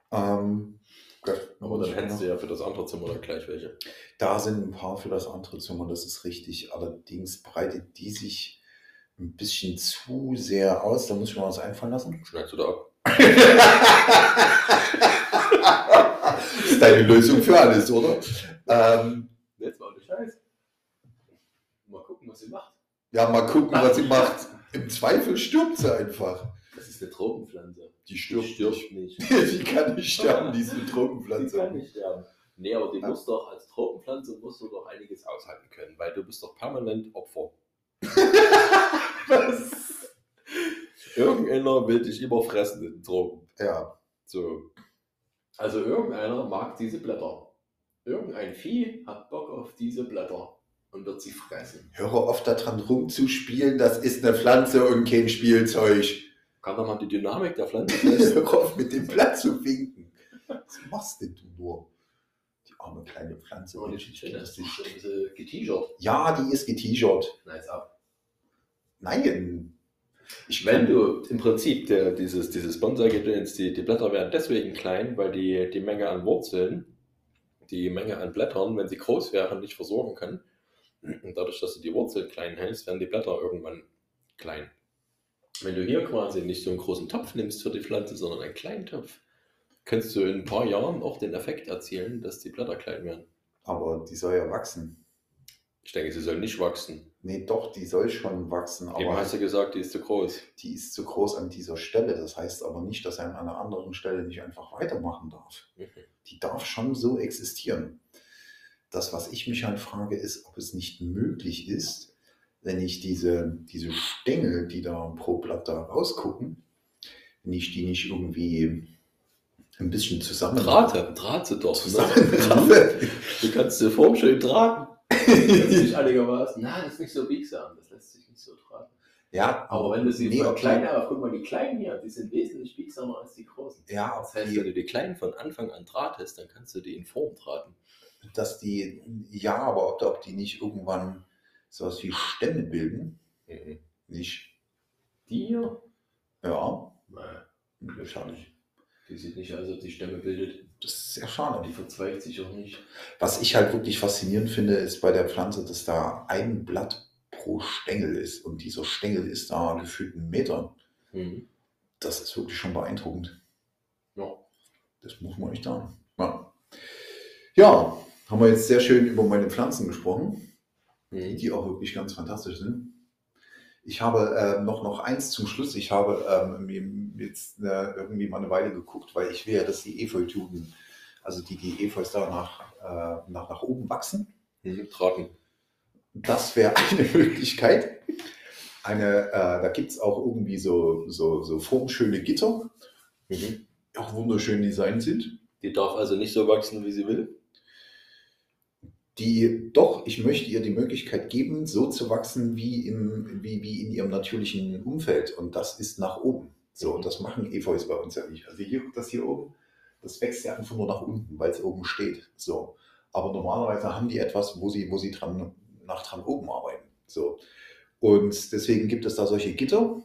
Aber dann hättest du ja für das andere Zimmer dann gleich welche. Da sind ein paar für das andere Zimmer, das ist richtig. Allerdings breitet die sich ein bisschen zu sehr aus. Da muss ich mal was einfallen lassen. Schneidest du da ab? Das ist deine Lösung für alles, oder? Jetzt mal ohne Scheiß. Mal gucken, was sie macht. Ja, mal gucken, was sie macht. Im Zweifel stirbt sie einfach. Das ist eine Tropenpflanze. Die stirbt nicht. Die kann nicht sterben, die ist eine Die Tropenpflanze. kann nicht sterben. Nee, aber die muss doch, als Tropenpflanze musst du doch einiges aushalten können, weil du bist doch permanent Opfer. Was? Irgendeiner will dich immer fressen in den Tropen. Ja. So. Also irgendeiner mag diese Blätter. Irgendein Vieh hat Bock auf diese Blätter und wird sie fressen. Höre auf daran rumzuspielen, das ist eine Pflanze und kein Spielzeug. Kann doch mal die Dynamik der Pflanze testen. Hör auf mit dem Blatt zu winken. Was machst denn du nur? Die arme kleine Pflanze. Oh, Mensch, die ich kenn das nicht. ist get-t-shirt. Ja, die ist get-t-shirt. Nice ab. Nein. Wenn du im Prinzip dieses Bonsai-Gedöns, die Blätter werden deswegen klein, weil die Menge an Wurzeln, die Menge an Blättern, wenn sie groß wären, nicht versorgen können. Und dadurch, dass du die Wurzeln klein hältst, werden die Blätter irgendwann klein. Wenn du hier quasi nicht so einen großen Topf nimmst für die Pflanze, sondern einen kleinen Topf, kannst du in ein paar Jahren auch den Effekt erzielen, dass die Blätter klein werden. Aber die soll ja wachsen. Ich denke, sie sollen nicht wachsen. Nee, doch, die soll schon wachsen. Eben Aber hast du gesagt, die ist zu groß. die ist zu groß an dieser Stelle. Das heißt aber nicht, dass er an einer anderen Stelle nicht einfach weitermachen darf. Die darf schon so existieren. Das, was ich mich halt frage, ist, ob es nicht möglich ist, wenn ich diese Stängel, die da pro Blatt da rausgucken, wenn ich die nicht irgendwie ein bisschen Drahte doch. zusammenraffe. Du kannst die Form schön tragen. Das lässt sich einigermaßen. Nein, das ist nicht so biegsam. Das lässt sich nicht so tragen. Ja, Aber wenn du sie nee, von okay. klein auf, guck mal, die kleinen hier, die sind wesentlich biegsamer als die großen. Ja, Das heißt, wenn du die kleinen von Anfang an drahtest, dann kannst du die in Form drahten. dass die, ja, aber ob die nicht irgendwann sowas wie Stämme bilden, nicht. Die hier? Ja, Nein, schade nicht. Die sieht nicht aus, als ob die Stämme bildet. das ist sehr schade. Die verzweigt sich auch nicht. Was ich halt wirklich faszinierend finde, ist bei der Pflanze, dass da ein Blatt pro Stängel ist und dieser Stängel ist da gefühlt 1 Meter. Das ist wirklich schon beeindruckend. Ja. Das muss man echt sagen. Ja, haben wir jetzt sehr schön über meine Pflanzen gesprochen, die auch wirklich ganz fantastisch sind. Ich habe noch eins zum Schluss. Ich habe mir jetzt irgendwie mal eine Weile geguckt, weil ich will ja, dass die Efeutuden, also die Efeus da nach oben wachsen. Traten. Das wäre eine Möglichkeit. Da gibt es auch irgendwie so formschöne Gitter, die auch wunderschön designt sind. Die darf also nicht so wachsen, wie sie will. Ich möchte ihr die Möglichkeit geben, so zu wachsen wie in ihrem natürlichen Umfeld. Und das ist nach oben. So, das machen Efeus bei uns ja nicht. Also das hier oben, das wächst ja einfach nur nach unten, weil es oben steht. So. Aber normalerweise haben die etwas, wo sie dran oben arbeiten. So. Und deswegen gibt es da solche Gitter.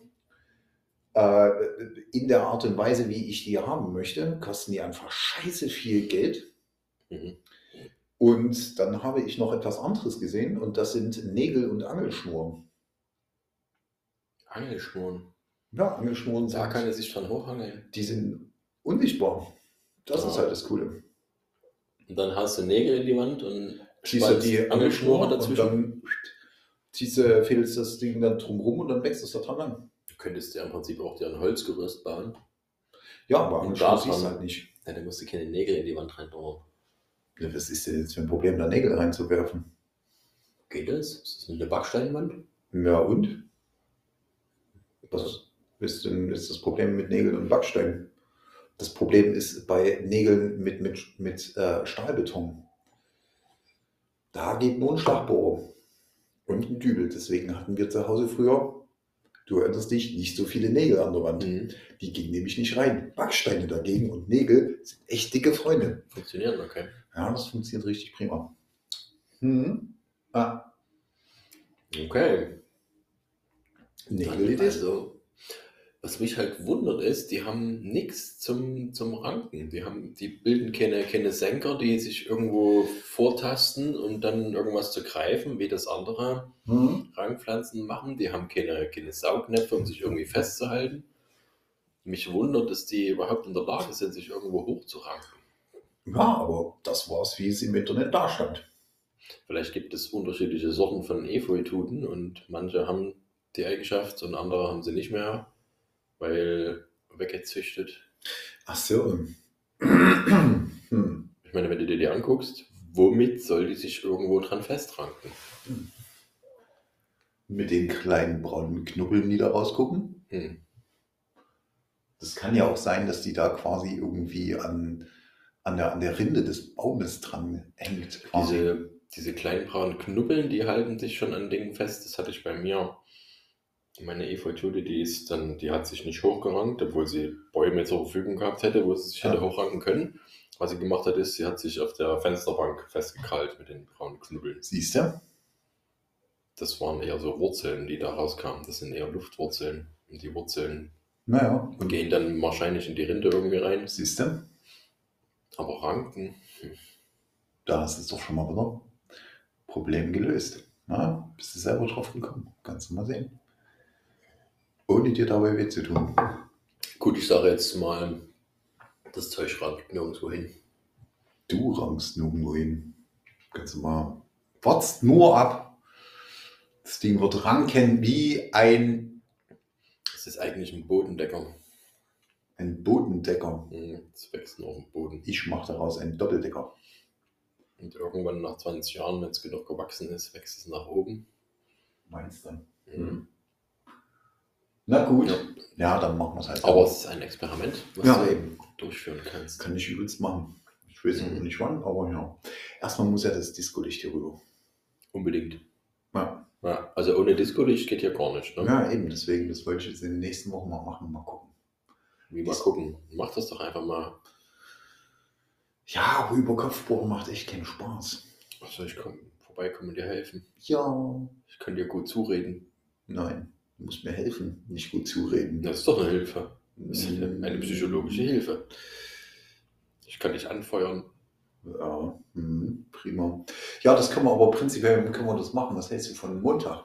In der Art und Weise, wie ich die haben möchte, kosten die einfach scheiße viel Geld. Und dann habe ich noch etwas anderes gesehen und das sind Nägel- und Angelschnurren. Angelschnurren? Ja, Angelschnurren Da kann er sich dran hochhangeln. Die sind unsichtbar. Das ist halt das Coole. Und dann hast du Nägel in die Wand und ziehst du die Angelschnur dazwischen. Und dann fädelst das Ding dann drumherum und dann wächst es da dran an. Du könntest ja im Prinzip auch dir ein Holzgerüst bauen. Ja, aber Angelschnur siehst du halt nicht. Ja, dann musst du keine Nägel in die Wand reinbauen. Ja, was ist denn jetzt für ein Problem, da Nägel reinzuwerfen? Geht das? Ist das eine Backsteinwand? Ja, und? Was ist denn jetzt das Problem mit Nägeln und Backsteinen? Das Problem ist bei Nägeln mit Stahlbeton. Da geht nur ein Schlagbohrer und ein Dübel. Deswegen hatten wir zu Hause früher Du erinnerst dich, nicht so viele Nägel an der Wand. Mhm. Die gingen nämlich nicht rein. Backsteine dagegen und Nägel sind echt dicke Freunde. Funktioniert, okay. Ja, das funktioniert richtig prima. Mhm. Ah, Okay. Nägel Dann, also, was mich halt wundert ist, die haben nichts zum Ranken. Die bilden keine Senker, die sich irgendwo vortasten, um dann irgendwas zu greifen, wie das andere Rangpflanzen machen. Die haben keine Saugnäpfe, um sich irgendwie festzuhalten. Mich wundert, dass die überhaupt in der Lage sind, sich irgendwo hochzuranken. Ja, aber das war's, wie es im Internet dastand. Vielleicht gibt es unterschiedliche Sorten von Efeututen und manche haben die Eigenschaft und andere haben sie nicht mehr, weil weggezüchtet. Ach so. Ich meine, wenn du dir die anguckst, womit soll die sich irgendwo dran festranken? Mit den kleinen braunen Knubbeln, die da rausgucken. Das kann ja auch sein, dass die da quasi irgendwie an der Rinde des Baumes dran hängt. Quasi. Diese kleinen braunen Knubbeln, die halten sich schon an Dingen fest. Das hatte ich bei mir. Meine Efeutute, die hat sich nicht hochgerankt, obwohl sie Bäume zur Verfügung gehabt hätte, wo sie sich hätte hochranken können. Was sie gemacht hat, ist, sie hat sich auf der Fensterbank festgekrallt mit den braunen Knubbeln. Siehst du? Das waren eher so Wurzeln, die da rauskamen. Das sind eher Luftwurzeln. Und die Wurzeln gehen dann wahrscheinlich in die Rinde irgendwie rein. Siehst du? Aber Ranken. Da hast du es doch schon mal wieder. Problem gelöst. Na, bist du selber drauf gekommen. Kannst du mal sehen. Ohne dir dabei weh zu tun. Gut, ich sage jetzt mal, das Zeug rankt nirgendwo hin. Du rankst nirgendwo hin. Kannst du mal. Wart's nur ab. Das Ding wird ranken wie ein. Das ist eigentlich ein Bodendecker. Ein Bodendecker. Das wächst nur auf dem Boden. Ich mache daraus einen Doppeldecker. Und irgendwann nach 20 Jahren, wenn es genug gewachsen ist, wächst es nach oben. Meinst du? Na gut. Ja, dann machen wir es halt. Aber es ist ein Experiment, was du eben durchführen kannst. Kann ich übelst machen. Ich weiß noch nicht wann, aber ja. Erstmal muss ja das Disco-Licht hier rüber. Unbedingt. Ja. Also ohne Disco-Licht geht hier gar nicht. Ne? Ja, eben. Deswegen, das wollte ich jetzt in den nächsten Wochen mal machen. Mal gucken. Mal gucken. Mach das doch einfach mal. Ja, aber über Kopfbohren macht echt keinen Spaß. Soll ich vorbeikommen und dir helfen? Ja. Ich kann dir gut zureden. Nein, du musst mir helfen, nicht gut zureden. Das ist doch eine Hilfe. Das ist eine psychologische Hilfe. Ich kann dich anfeuern. Ja, prima. Ja, das können wir aber prinzipiell das machen. Was hältst du von Montag?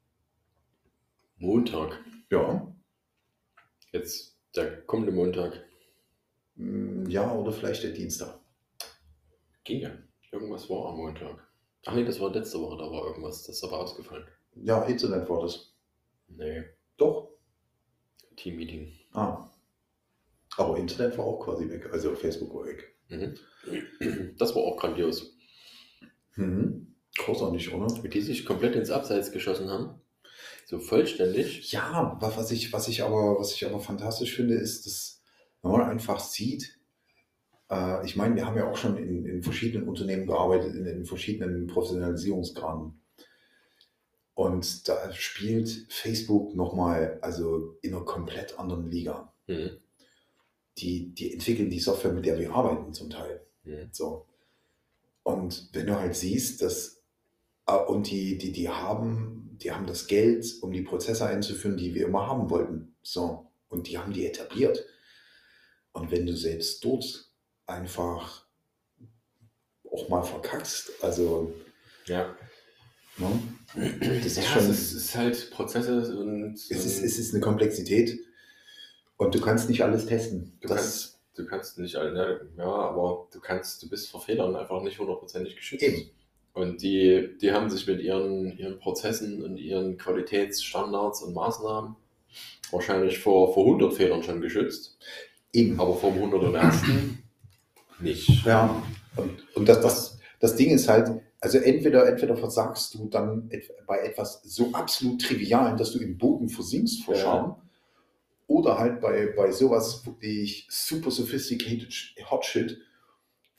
Montag? Ja. Jetzt der kommende Montag. Ja, oder vielleicht der Dienstag. Ginge. Irgendwas war am Montag. Ach nee, das war letzte Woche, da war irgendwas, das ist aber ausgefallen. Ja, Internet war das. Nee. Doch. Team-Meeting. Aber Internet war auch quasi weg, also Facebook war weg. Das war auch grandios. Großartig, oder? Wie die sich komplett ins Abseits geschossen haben. So vollständig. Ja, was ich aber fantastisch finde, ist, dass wenn man einfach sieht, ich meine, wir haben ja auch schon in verschiedenen Unternehmen gearbeitet, in verschiedenen Professionalisierungsgraden. Und da spielt Facebook nochmal, also in einer komplett anderen Liga. Die entwickeln die Software, mit der wir arbeiten zum Teil. So. Und wenn du halt siehst, dass und die haben das Geld, um die Prozesse einzuführen, die wir immer haben wollten. So. Und die haben die etabliert. Und wenn du selbst dort einfach auch mal verkackst, also ja. Das ist schon. Es ist halt Prozesse und. Es ist eine Komplexität und du kannst nicht alles testen. Du kannst nicht alles, ne? Ja, aber du bist vor Fehlern einfach nicht 100%ig geschützt. Eben. Und die haben sich mit ihren Prozessen und ihren Qualitätsstandards und Maßnahmen wahrscheinlich vor 100 Fehlern schon geschützt. Eben. Aber vor dem 101. nicht. Ja, und das Ding ist halt, also entweder versagst du dann bei etwas so absolut Trivialen, dass du im Boden versinkst vor Scham, oder halt bei sowas wirklich super sophisticated Hot Shit,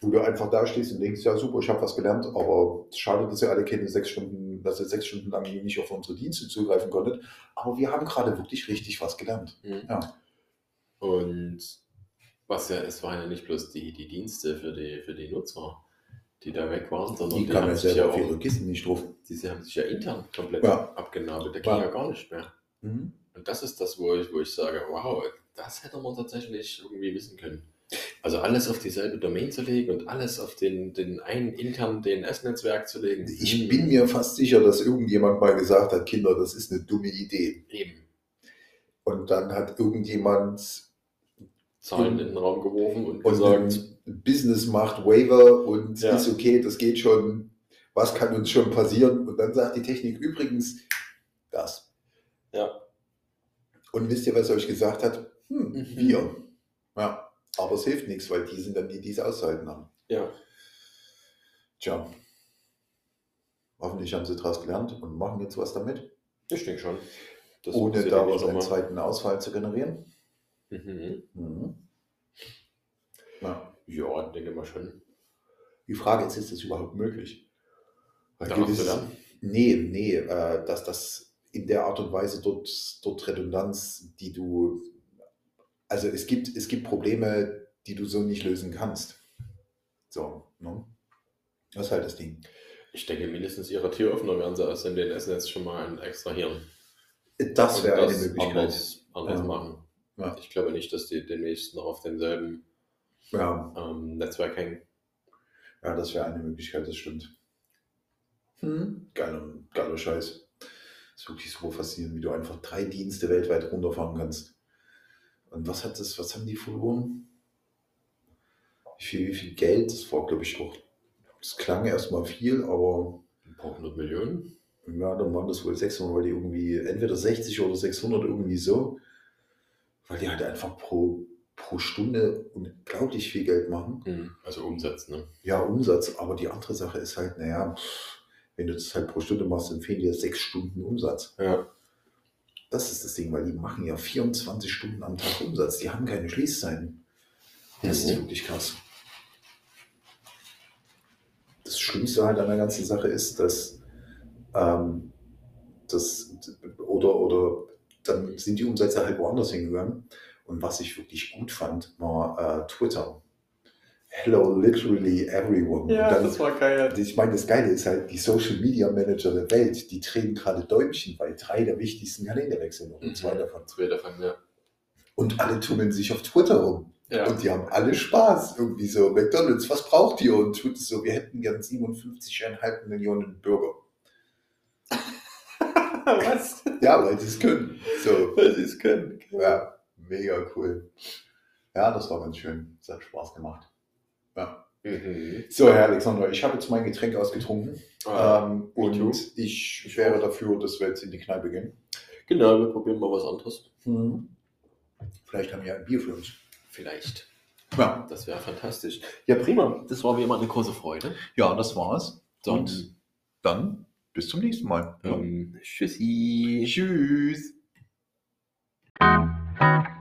wo du einfach da stehst und denkst, ja super, ich habe was gelernt, aber schade, dass ihr alle keine 6 Stunden, dass ihr 6 Stunden lang nicht auf unsere Dienste zugreifen konntet. Aber wir haben gerade wirklich richtig was gelernt. Mhm. Ja. Und es waren ja nicht bloß die Dienste für die Nutzer, die da weg waren, sondern Die kamen ja haben sich selber ja auf ihre auch, Kisten nicht drauf. die haben sich ja intern komplett Ja. abgenabelt. Da ging Ja. ja gar nicht mehr. Mhm. Und das ist das, wo ich sage, wow, das hätte man tatsächlich irgendwie wissen können. Also alles auf dieselbe Domain zu legen und alles auf den einen internen DNS-Netzwerk zu legen. Ich bin mir fast sicher, dass irgendjemand mal gesagt hat, Kinder, das ist eine dumme Idee. Eben Und dann hat irgendjemand Zahlen in den Raum geworfen und und gesagt, Business macht Waiver und Ja. ist okay, das geht schon, was kann uns schon passieren? Und dann sagt die Technik übrigens das. Ja. Und wisst ihr, was er euch gesagt hat? Mhm. Wir. Ja, aber es hilft nichts, weil die sind dann die, die es auszuhalten haben. ja, Tja, hoffentlich haben sie daraus gelernt und machen jetzt was damit, ich denke schon. Das ohne passiert daraus nämlich einen nochmal. zweiten Ausfall zu generieren. Mhm. Mhm. Ja. Ja, denke mal schon. Die Frage ist das überhaupt möglich? Weil Daraus zu gewiss- lernen? Nee, dass das in der Art und Weise dort Redundanz, die du, also es gibt Probleme, die du so nicht lösen kannst. So, ne? Das ist halt das Ding. Ich denke, mindestens ihre Türöffner werden sie aus dem DNS-Netz schon mal extrahieren. Das Und wäre eine das Möglichkeit. anders Ja. machen. Ja. Ich glaube nicht, dass die demnächst noch auf demselben Ja, Netzwerk hängen. ja, das wäre eine Möglichkeit, das stimmt. Geiler Scheiß. Das ist wirklich so faszinierend, wie du einfach 3 Dienste weltweit runterfahren kannst. Und was haben die verloren? Wie viel Geld? Das war, glaube ich, auch, das klang erstmal viel, aber Ein paar 100 Millionen. ja, dann waren das wohl 600, weil die irgendwie entweder 60 oder 600 irgendwie so, weil die halt einfach pro Stunde unglaublich viel Geld machen. Also Umsatz, ne? Ja, Umsatz, aber die andere Sache ist halt, naja, wenn du das halt pro Stunde machst, dann fehlen dir 6 Stunden Umsatz. Ja. Das ist das Ding, weil die machen ja 24 Stunden am Tag Umsatz. Die haben keine Schließzeiten. Das ist wirklich krass. Das Schlimmste halt an der ganzen Sache ist, dass oder dann sind die Umsätze halt woanders hingegangen. Und was ich wirklich gut fand, war Twitter. Hello, literally everyone. Und dann, war geil. ich meine, das Geile ist halt, die Social Media Manager der Welt, die drehen gerade Däumchen, weil 3 der wichtigsten Kanäle wechseln und 2 davon. 2 davon, ja. Und alle tummeln sich auf Twitter rum. Ja. Und die haben alle Spaß. Irgendwie so, McDonalds, was braucht ihr? Und Twitter so, wir hätten gern 57,5 Millionen Bürger. Was? Ja, weil sie es können. So, Weil sie es können. ja, mega cool. Ja, das war ganz schön. Das hat Spaß gemacht. Ja. Mhm. So, Herr Alexander, ich habe jetzt mein Getränk ausgetrunken. Me too. Und ich wäre dafür, dass wir jetzt in die Kneipe gehen. Genau, wir probieren mal was anderes. Vielleicht haben wir ja ein Bier für uns. Vielleicht. Ja, Das wäre fantastisch. Ja, prima. Das war wie immer eine große Freude. ja, das war's. Dann, Und dann bis zum nächsten Mal. tschüssi. Tschüss.